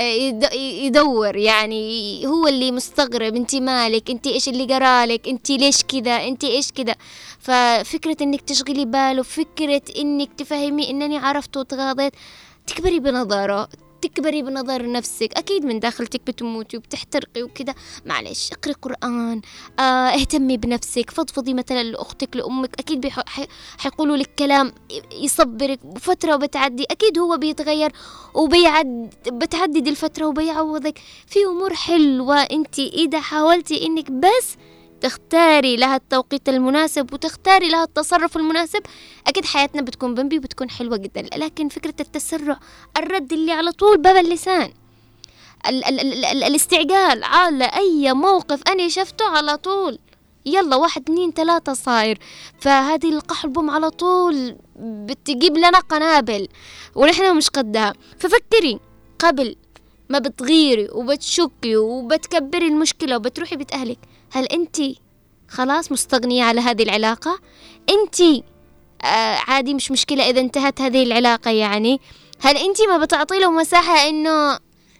يدور، يعني هو اللي مستغرب أنت مالك، أنت إيش اللي جرالك، أنت ليش كذا، أنت إيش كذا. ففكرة إنك تشغلي باله، فكرة إنك تفهمي إنني عرفت وتغاضيت، تكبري بنظره، تكبري بنظر نفسك. أكيد من داخلتك بتموتي وبتحترقي وكده، معلش اقري قرآن، اه اهتمي بنفسك، فضفضي مثلا لأختك لأمك، أكيد بيح... حيقولوا لك كلام يصبرك، فترة وبتعدي أكيد هو بيتغير وبيعد بتعدي دي الفترة وبيعوضك في أمور حلوة. أنت إذا حاولتي إنك بس تختاري لها التوقيت المناسب وتختاري لها التصرف المناسب، أكيد حياتنا بتكون بمبي وبتكون حلوة جدا. لكن فكرة التسرع، الرد اللي على طول باب اللسان، ال- ال- ال- ال- الاستعجال على أي موقف أنا شفته على طول، يلا واحد اثنين ثلاثة صاير. فهذه القحل بوم على طول بتجيب لنا قنابل ونحن مش قدها. ففكري قبل ما بتغيري وبتشكي وبتكبري المشكلة وبتروحي بيت أهلك، هل أنت خلاص مستغنية على هذه العلاقة؟ أنت آه عادي مش مشكلة إذا انتهت هذه العلاقة، يعني هل أنت ما بتعطي له مساحة إنه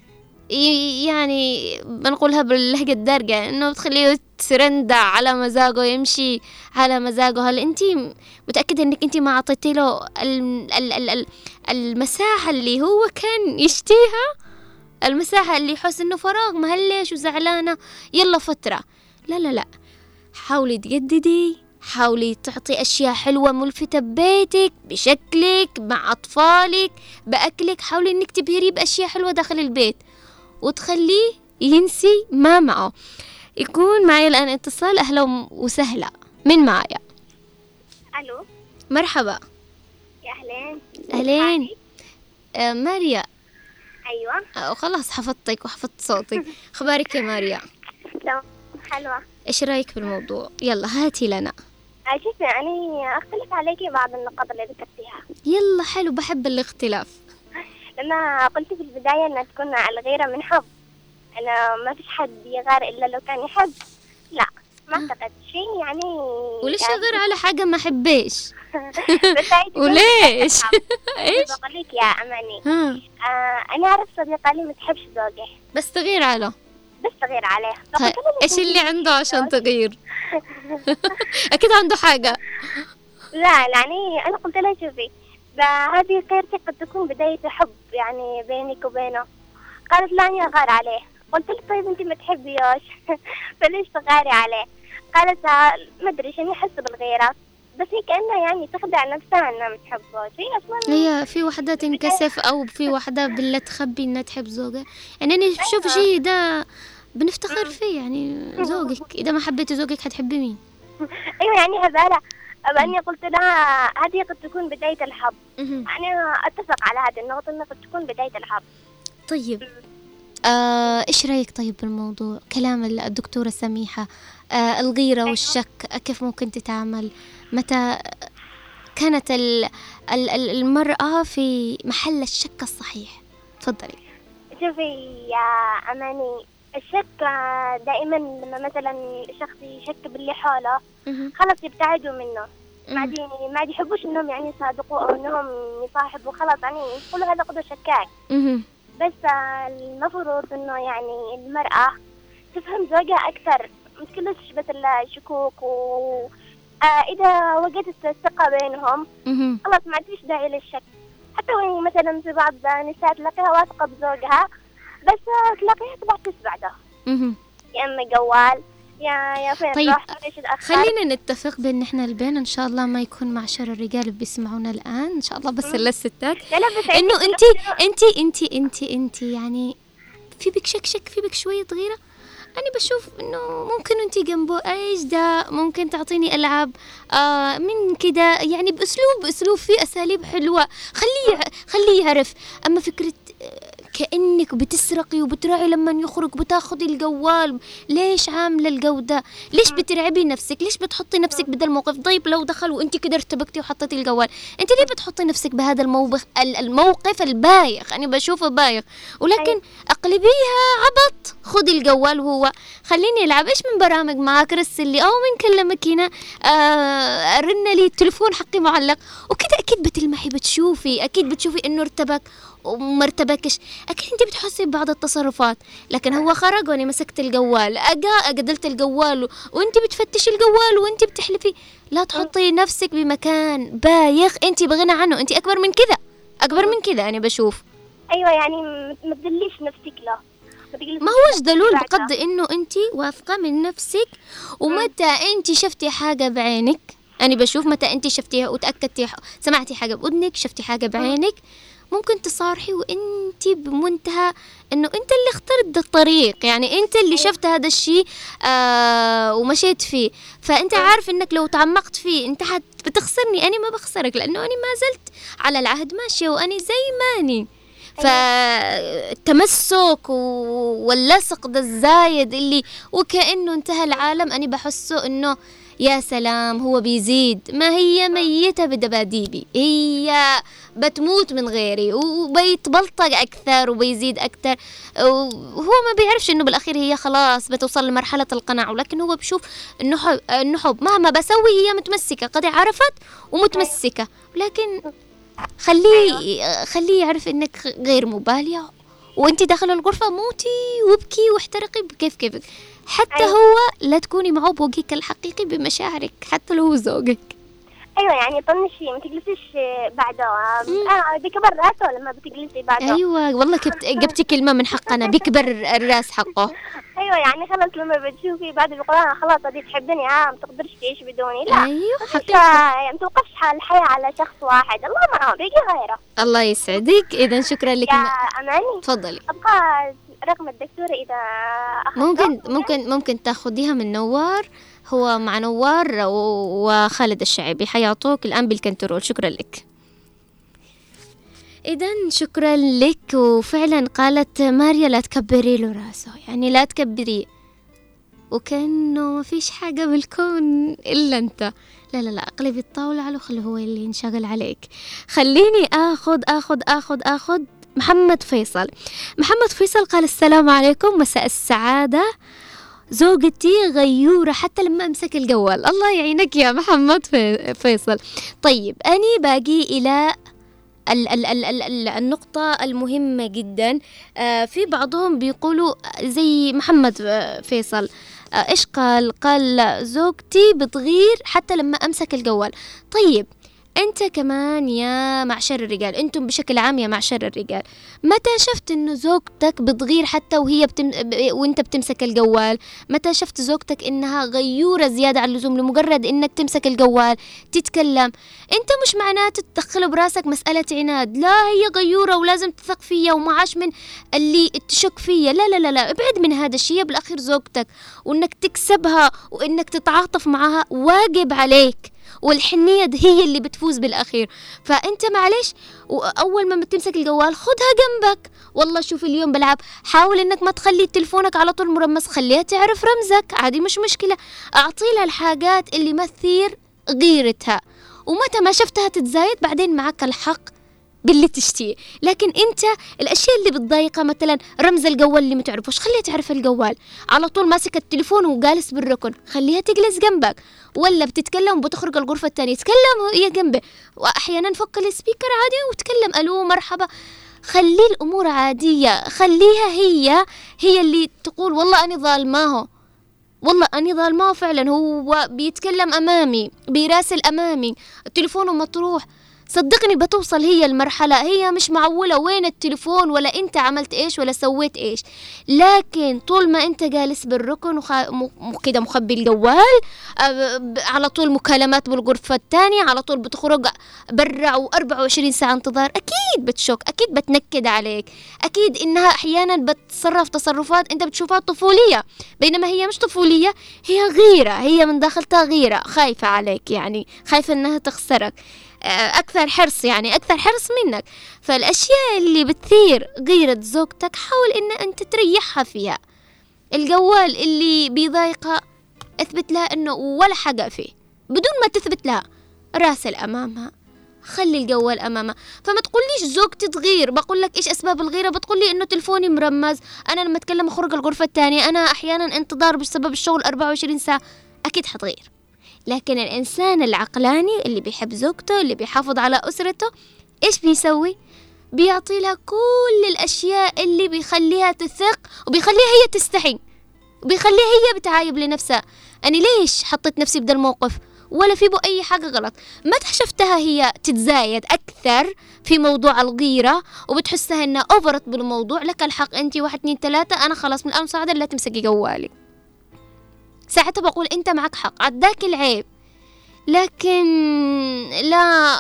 يعني بنقولها باللهجة الدارجة إنه بتخليه ترندع على مزاجه يمشي على مزاجه؟ هل أنت متأكدة إنك أنت ما عطيتي له المساحة اللي هو كان يشتيها، المساحة اللي يحس إنه فراغ مهلش وزعلانة يلا فترة؟ لا لا لا، حاولي تجددي، حاولي تعطي أشياء حلوة ملفتة ببيتك، بشكلك، مع أطفالك، بأكلك. حاولي إنك تبهريه بأشياء حلوة داخل البيت وتخليه ينسي ما معه. يكون معي الآن اتصال. أهلا وسهلا، من معايا؟ ألو، مرحبا. يا أهلين. أهلين. آه ماريا. أيوة. آه خلاص حفظتك وحفظت صوتك. خبارك يا ماريا؟ تمام، حلوة. إيش رأيك بالموضوع؟ يلا هاتي لنا. شوفي يعني أختلف عليكي بعض النقاط اللي ذكرتيها. يلا حلو، بحب الاختلاف. لما قلت في البداية أن تكون الغيرة من حب، أنا ما فيش حد يغار إلا لو كان يحب. لا، ما أعتقد شيء يعني. وليش أغير على حاجة ما حبيش؟ بس هاي تكون وليش؟ إيش؟ بقول لك يا أماني، ها آه أنا أعرف صديقة لي ما تحبش زوجها بس تغير عليه. بس تغير عليه. ها، إيش اللي عنده عشان تغير؟ أكيد عنده حاجة. لا يعني أنا قلت لها شوفي، هذه غيرتي قد تكون بداية حب يعني بينك وبينه. قالت لا أنا أغار عليه. قلت لها طيب أنت ما تحبيوش فليش تغاري عليه؟ قالت ما أدري شنو أحس بالغيرة، بس هي كأنها يعني تخدع نفسها أنها ما تحبوش. هي أصلا هي في وحدة تنكسف أو في وحدة بالله تخبي إنها تحب زوجها. يعني أنا شوف شيء ده بنفتخر فيه، يعني زوجك إذا ما حبيتي زوجك حتحبي مين؟ أيوة يعني هذا أني قلت لها هذه قد تكون بداية الحب. أنا أتفق على هذه النقطة أنها قد تكون بداية الحب. طيب آه، إيش رأيك طيب بالموضوع كلام الدكتورة سميحة؟ آه، الغيرة والشك كيف ممكن تتعامل؟ متى كانت ال ال المرأة في محل الشك الصحيح؟ تفضلي. شوفي يا أماني، الشك دائما لما مثلا شخص يشك باللي حوله خلاص يبتعدوا منه، ما عاد ما عاد يحبوش انهم يعني يصادقوا او انهم يصاحبوا، خلاص يعني يقولوا هذا قدر شكاك. بس المفروض انه يعني المرأة تفهم زوجها اكثر، مش كلش بس الشكوك، و آه اذا وجدت الثقة بينهم خلاص ما عاد فيش داعي للشك. حتى وين مثلا في بعض النساء تلاقيها واثقة بزوجها بس تلاقيها تبعتس بعده، يا اما جوال يا يا فين طيب راح ليش اتأخر. خلينا نتفق بان احنا البين ان شاء الله ما يكون معشر الرجال اللي بيسمعونا الان ان شاء الله، بس للستات انه انت انت انت انت انت يعني في بك شك شك في بك شويه غيره. أنا بشوف إنه ممكن أنتي جنبه إيش ده، ممكن تعطيني ألعاب آه من كده يعني بأسلوب بأسلوب فيه أساليب حلوة، خليه خليه يعرف. أما فكرة كأنك بتسرقي وبتراعي لما يخرج بتاخدي الجوال، ليش عاملة الجو ده؟ ليش بترعبي نفسك؟ ليش بتحطي نفسك بدل الموقف؟ طيب لو دخل وأنت كده ارتبكتي وحطيتي الجوال، أنت ليه بتحطي نفسك بهذا الموقف الموقف البايخ؟ أنا بشوفه بايخ، ولكن أقلبيها عبط. خدي الجوال وهو خليني ألعب إيش من برامج معاك، رسل لي أو من كلمك هنا آه رن لي التلفون حقي معلق وكده، أكيد بتلمحي بتشوفي، أكيد بتشوفي إنه ارتبك وما ارتبكش، أكيد أنت بتحسي ببعض التصرفات. لكن هو خرج وأنا مسكت الجوال، أجا أجدلت الجوال وأنت بتفتشي الجوال وأنت بتحلفي. لا تحطي نفسك بمكان بايخ أنت بغنى عنه، أنت أكبر من كذا، أكبر من كذا. أنا بشوف أيوة يعني ما تدليش نفسك له، ما هوش دلول بقد إنه أنت واثقة من نفسك. ومتى أنت شفتي حاجة بعينك، أنا بشوف متى أنت شفتيها وتأكدتي سمعتي حاجة بأذنك، شفتي حاجة بعينك، ممكن تصارحي وانت بمنتهى انه انت اللي اخترت الطريق، يعني انت اللي شفت هذا الشيء آه ومشيت فيه، فانت عارف انك لو تعمقت فيه انت بتخسرني، انا ما بخسرك لانه انا ما زلت على العهد ماشية وانا زي ماني. فالتمسك واللصق ده الزايد اللي وكأنه انتهى العالم، أنا بحسه إنه يا سلام هو بيزيد، ما هي ميتة بدباديبي، هي بتموت من غيري وبيتبلطق أكثر وبيزيد أكثر، وهو ما بيعرفش إنه بالأخير هي خلاص بتوصل لمرحلة القناع، ولكن هو بشوف إنه حب, إنه حب مهما بسوي هي متمسكة، قد عرفت ومتمسكة، لكن خليه خليه يعرف إنك غير مبالية، وانت داخل الغرفة موتي وابكي واحترقي بكيف كيفك، حتى أيوة. هو لا تكوني معه بوجهك الحقيقي بمشاعرك، حتى لو هو زوجك. ايوه يعني طنشي ما تجلسيش بعده. اه بكبر راسه لما بتجلسي بعده. ايوه والله كبت جبتي كلمة من حقنا، بكبر الراس حقه. ايوه يعني خلاص لما بتشوفي بعد القرآن خلاص هذه تحبني اه ما تقدرش تعيش بدوني، لا ايوه حقيقة يعني ما توقفش الحياة على شخص واحد، الله معه بيجي غيره. الله يسعدك، اذا شكرا لك. يا اماني تفضلي. ابغى رقم الدكتورة اذا أخذته. ممكن ممكن ممكن تاخذيها من نوار، هو مع نوار وخالد الشعيبي حيعطوك الآن بالكنترول. شكرا لك. إذن شكرا لك. وفعلا قالت ماريا لا تكبري له راسه، يعني لا تكبري وكأنه ما فيش حاجة بالكون إلا أنت. لا لا لا اقلبي الطاولة على خلي هو اللي ينشغل عليك. خليني آخذ آخذ آخذ آخذ محمد فيصل. محمد فيصل قال السلام عليكم، مساء السعادة، زوجتي غيورة حتى لما أمسك الجوال. الله يعينك يا محمد فيصل. طيب أني باقي إلى ال ال ال ال ال النقطة المهمة جدا. آه في بعضهم بيقولوا زي محمد فيصل، آه إيش قال؟ قال زوجتي بتغير حتى لما أمسك الجوال. طيب أنت كمان يا معشر الرجال، أنتم بشكل عام يا معشر الرجال، متى شفت إنه زوجتك بتغير حتى وهي بتم... وأنت بتمسك الجوال؟ متى شفت زوجتك إنها غيورة زيادة عن اللزوم لمجرد إنك تمسك الجوال تتكلم؟ أنت مش معناته تدخل براسك مسألة عناد، لا هي غيورة ولازم تثق فيها وما عاش من اللي تشك فيها، لا لا لا لا ابعد من هذا الشيء. بالأخير زوجتك وإنك تكسبها وإنك تتعاطف معها واجب عليك، والحنية هي اللي بتفوز بالأخير. فأنت معلش أول ما تمسك الجوال خدها جنبك، والله شوف اليوم بلعب، حاول إنك ما تخلي تلفونك على طول مرمز، خليها تعرف رمزك عادي مش مشكلة، أعطيلها الحاجات اللي ما تثير غيرتها، ومتى ما شفتها تتزايد بعدين معك الحق باللي تشتيه. لكن انت الاشياء اللي بتضايقها مثلا رمز الجوال اللي متعرفوش، خليها تعرف الجوال، على طول ماسك التليفون وجالس بالركن خليها تجلس جنبك، ولا بتتكلم وبتخرج الغرفة الثانية تكلم هي جنبه، واحيانا فك السبيكر عادي وتكلم الو مرحبا. خلي الامور عادية، خليها هي هي اللي تقول والله انا ظالماه، والله أني ظالماه فعلا، هو بيتكلم أمامي بيراسل أمامي تليفونه مطروح. صدقني بتوصل هي المرحلة، هي مش معولة وين التليفون ولا انت عملت ايش ولا سويت ايش، لكن طول ما انت جالس بالركن وخ... م... كده مخبي الجوال، أه... على طول مكالمات بالغرفة الثانية، على طول بتخرج برا وأربعة وعشرين ساعة انتظار، اكيد بتشك، اكيد بتنكد عليك، اكيد انها احيانا بتصرف تصرفات انت بتشوفها طفولية بينما هي مش طفولية، هي غيرة، هي من داخلتها غيرة، خايفة عليك، يعني خايفة انها تخسرك، أكثر حرص، يعني أكثر حرص منك. فالأشياء اللي بتثير غيرة زوجتك حاول إن أنت تريحها فيها. الجوال اللي بيضايقها اثبت لها إنه ولا حاجة فيه، بدون ما تثبت لها راسل أمامها، خلي الجوال أمامها. فما تقوليش زوجتي تغير، بقول لك إيش أسباب الغيرة، بتقولي إنه تلفوني مرمز، أنا لما أتكلم أخرج الغرفة الثانية، أنا أحيانا انتظار بسبب الشغل أربعة وعشرين ساعة، أكيد حتغير. لكن الإنسان العقلاني اللي بيحب زوجته اللي بيحافظ على أسرته إيش بيسوي؟ بيعطي لها كل الأشياء اللي بيخليها تثق وبيخليها هي تستحي وبيخليها هي بتعايب لنفسها، أنا ليش حطيت نفسي بدل الموقف ولا في بو أي حاجة غلط. متى شفتها هي تتزايد أكثر في موضوع الغيرة وبتحسها إنها أوفرت بالموضوع، لك الحق أنت واحد اثنين ثلاثة، أنا خلاص من الآن صاعدة لا تمسكي جوالي، ساعتها بقول أنت معك حق، عداك العيب. لكن لا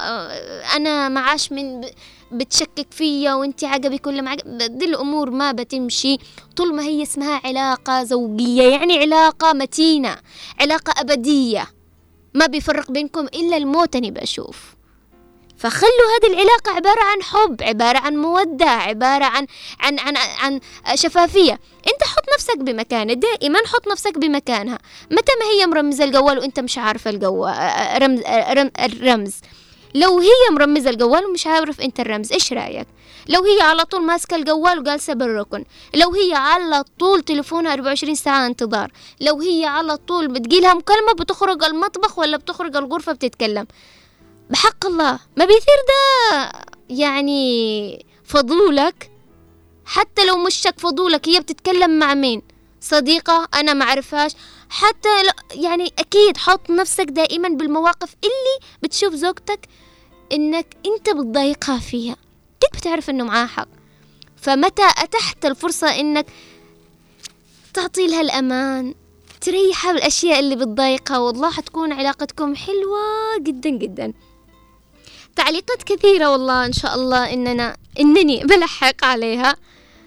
أنا معاش من بتشكك فيا وأنت عجبي كل ما عجب، دي الأمور ما بتمشي طول ما هي اسمها علاقة زوجية، يعني علاقة متينة، علاقة أبدية ما بيفرق بينكم إلا الموت. أنا بشوف فخلوا هذه العلاقة عبارة عن حب، عبارة عن مودة، عبارة عن عن عن عن شفافية. انت حط نفسك بمكانها، دائما حط نفسك بمكانها. متى ما هي مرمزة الجوال وانت مش عارفة الجوال رمز الرمز، لو هي مرمزة الجوال ومش عارف انت الرمز، ايش رأيك؟ لو هي على طول ماسكة الجوال وجالسة بالركن، لو هي على طول تليفونها أربعة وعشرين ساعة انتظار، لو هي على طول بتجيلها مكالمة بتخرج المطبخ ولا بتخرج الغرفة بتتكلم، بحق الله ما بيثير ده يعني فضولك؟ حتى لو مشك فضولك، هي بتتكلم مع مين؟ صديقة أنا ما عرفهاش، حتى يعني أكيد حط نفسك دائما بالمواقف اللي بتشوف زوجتك إنك أنت بتضايقها فيها، أكيد بتعرف إنه معاه حق. فمتى أتحت الفرصة إنك تعطي لها الأمان، تريحها بالأشياء اللي بتضايقها، والله حتكون علاقتكم حلوة جدا جدا. تعليقات كثيرة والله إن شاء الله إننا إنني بلحق عليها.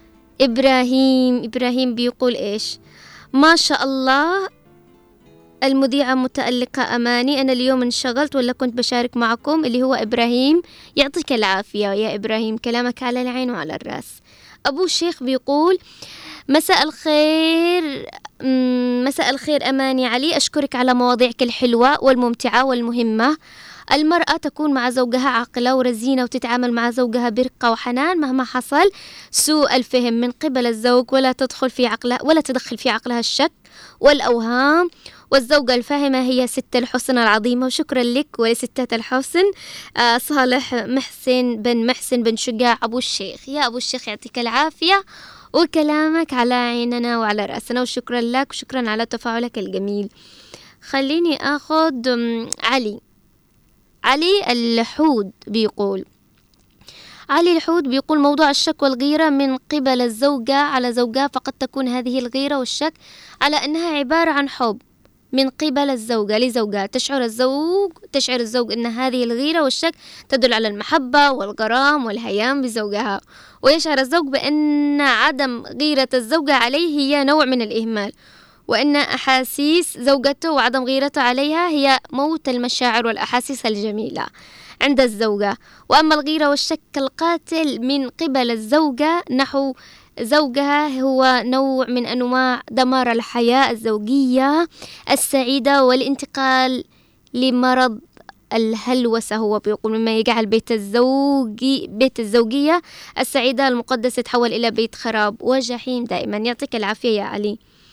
إبراهيم إبراهيم بيقول إيش؟ ما شاء الله المذيعة متألقة أماني، أنا اليوم انشغلت ولا كنت بشارك معكم. اللي هو إبراهيم، يعطيك العافية يا إبراهيم، كلامك على العين وعلى الرأس. أبو الشيخ بيقول مساء الخير مساء الخير أماني علي، أشكرك على مواضيعك الحلوة والممتعة والمهمة. المرأة تكون مع زوجها عاقلة ورزينة وتتعامل مع زوجها برقة وحنان مهما حصل سوء الفهم من قبل الزوج، ولا تدخل في عقلها ولا تدخل في عقلها الشك والأوهام. والزوجة الفاهمة هي ست الحسن العظيمة. وشكرا لك ولستات الحسن. آه صالح محسن بن محسن بن شجاع أبو الشيخ. يا أبو الشيخ يعطيك العافية وكلامك على عيننا وعلى رأسنا، وشكرا لك وشكرا على تفاعلك الجميل. خليني أخذ علي علي الحود بيقول علي الحود بيقول موضوع الشك والغيرة من قبل الزوجة على زوجها، فقد تكون هذه الغيرة والشك على أنها عبارة عن حب من قبل الزوجة لزوجها. تشعر الزوج تشعر الزوج أن هذه الغيرة والشك تدل على المحبة والغرام والهيام بزوجها، ويشعر الزوج بأن عدم غيرة الزوجة عليه هي نوع من الإهمال، وأن أحاسيس زوجته وعدم غيرته عليها هي موت المشاعر والأحاسيس الجميلة عند الزوجة. وأما الغيرة والشك القاتل من قبل الزوجة نحو زوجها هو نوع من أنواع دمار الحياة الزوجية السعيدة والانتقال لمرض الهلوسة. هو بيقول مما يجعل بيت الزوجي بيت الزوجية السعيدة المقدسة يتحول إلى بيت خراب وجحيم دائما. يعطيك العافية يا علي.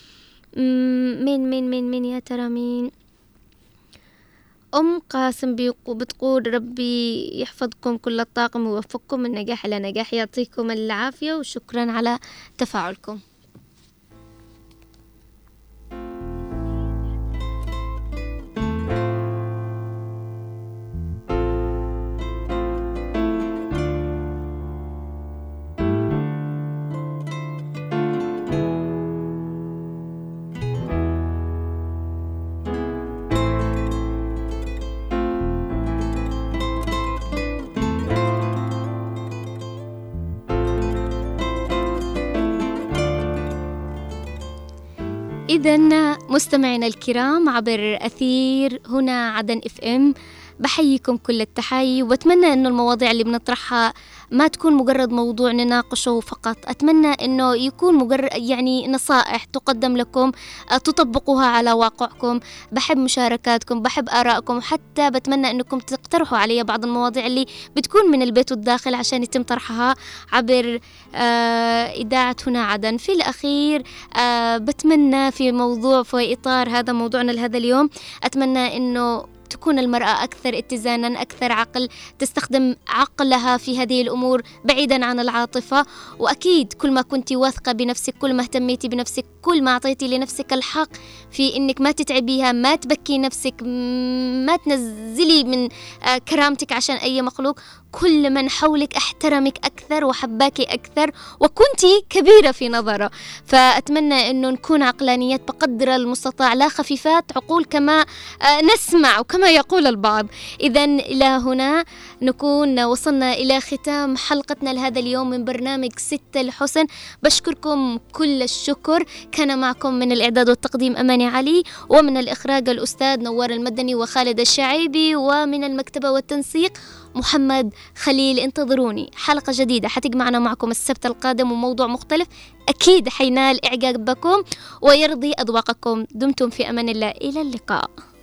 مين مين مين مين يا ترى مين؟ أم قاسم بتقول ربي يحفظكم كل الطاقم ويوفقكم من نجاح إلى نجاح. يعطيكم العافية وشكرا على تفاعلكم. إذن مستمعينا الكرام عبر أثير هنا عدن اف ام، بحييكم كل التحيي، وبتمنى أنه المواضيع اللي بنطرحها ما تكون مجرد موضوع نناقشه فقط. أتمنى أنه يكون مجرد يعني نصائح تقدم لكم تطبقوها على واقعكم. بحب مشاركاتكم، بحب آرائكم، حتى بتمنى أنكم تقترحوا علي بعض المواضيع اللي بتكون من البيت والداخل عشان يتم طرحها عبر آه إذاعة هنا عدن. في الأخير آه بتمنى في موضوع في إطار هذا موضوعنا لهذا اليوم، أتمنى أنه تكون المرأة أكثر اتزانا، أكثر عقل، تستخدم عقلها في هذه الأمور بعيدا عن العاطفة. وأكيد كل ما كنتي واثقة بنفسك، كل ما اهتميتي بنفسك، كل ما أعطيتي لنفسك الحق في إنك ما تتعبيها، ما تبكي نفسك، ما تنزلي من كرامتك عشان أي مخلوق، كل من حولك احترمك أكثر وحباكي أكثر وكنتي كبيرة في نظره. فأتمنى أنه نكون عقلانيات بقدر المستطاع، لا خفيفات عقول كما نسمع وكما كما يقول البعض. إذا إلى هنا نكون وصلنا إلى ختام حلقتنا لهذا اليوم من برنامج ستة الحسن. بشكركم كل الشكر. كان معكم من الإعداد والتقديم أماني علي، ومن الإخراج الأستاذ نوار المدني وخالد الشعيبي، ومن المكتبة والتنسيق محمد خليل. انتظروني حلقة جديدة حتجمعنا معكم السبت القادم وموضوع مختلف أكيد حينال إعجابكم ويرضي أذواقكم. دمتم في أمان الله، إلى اللقاء.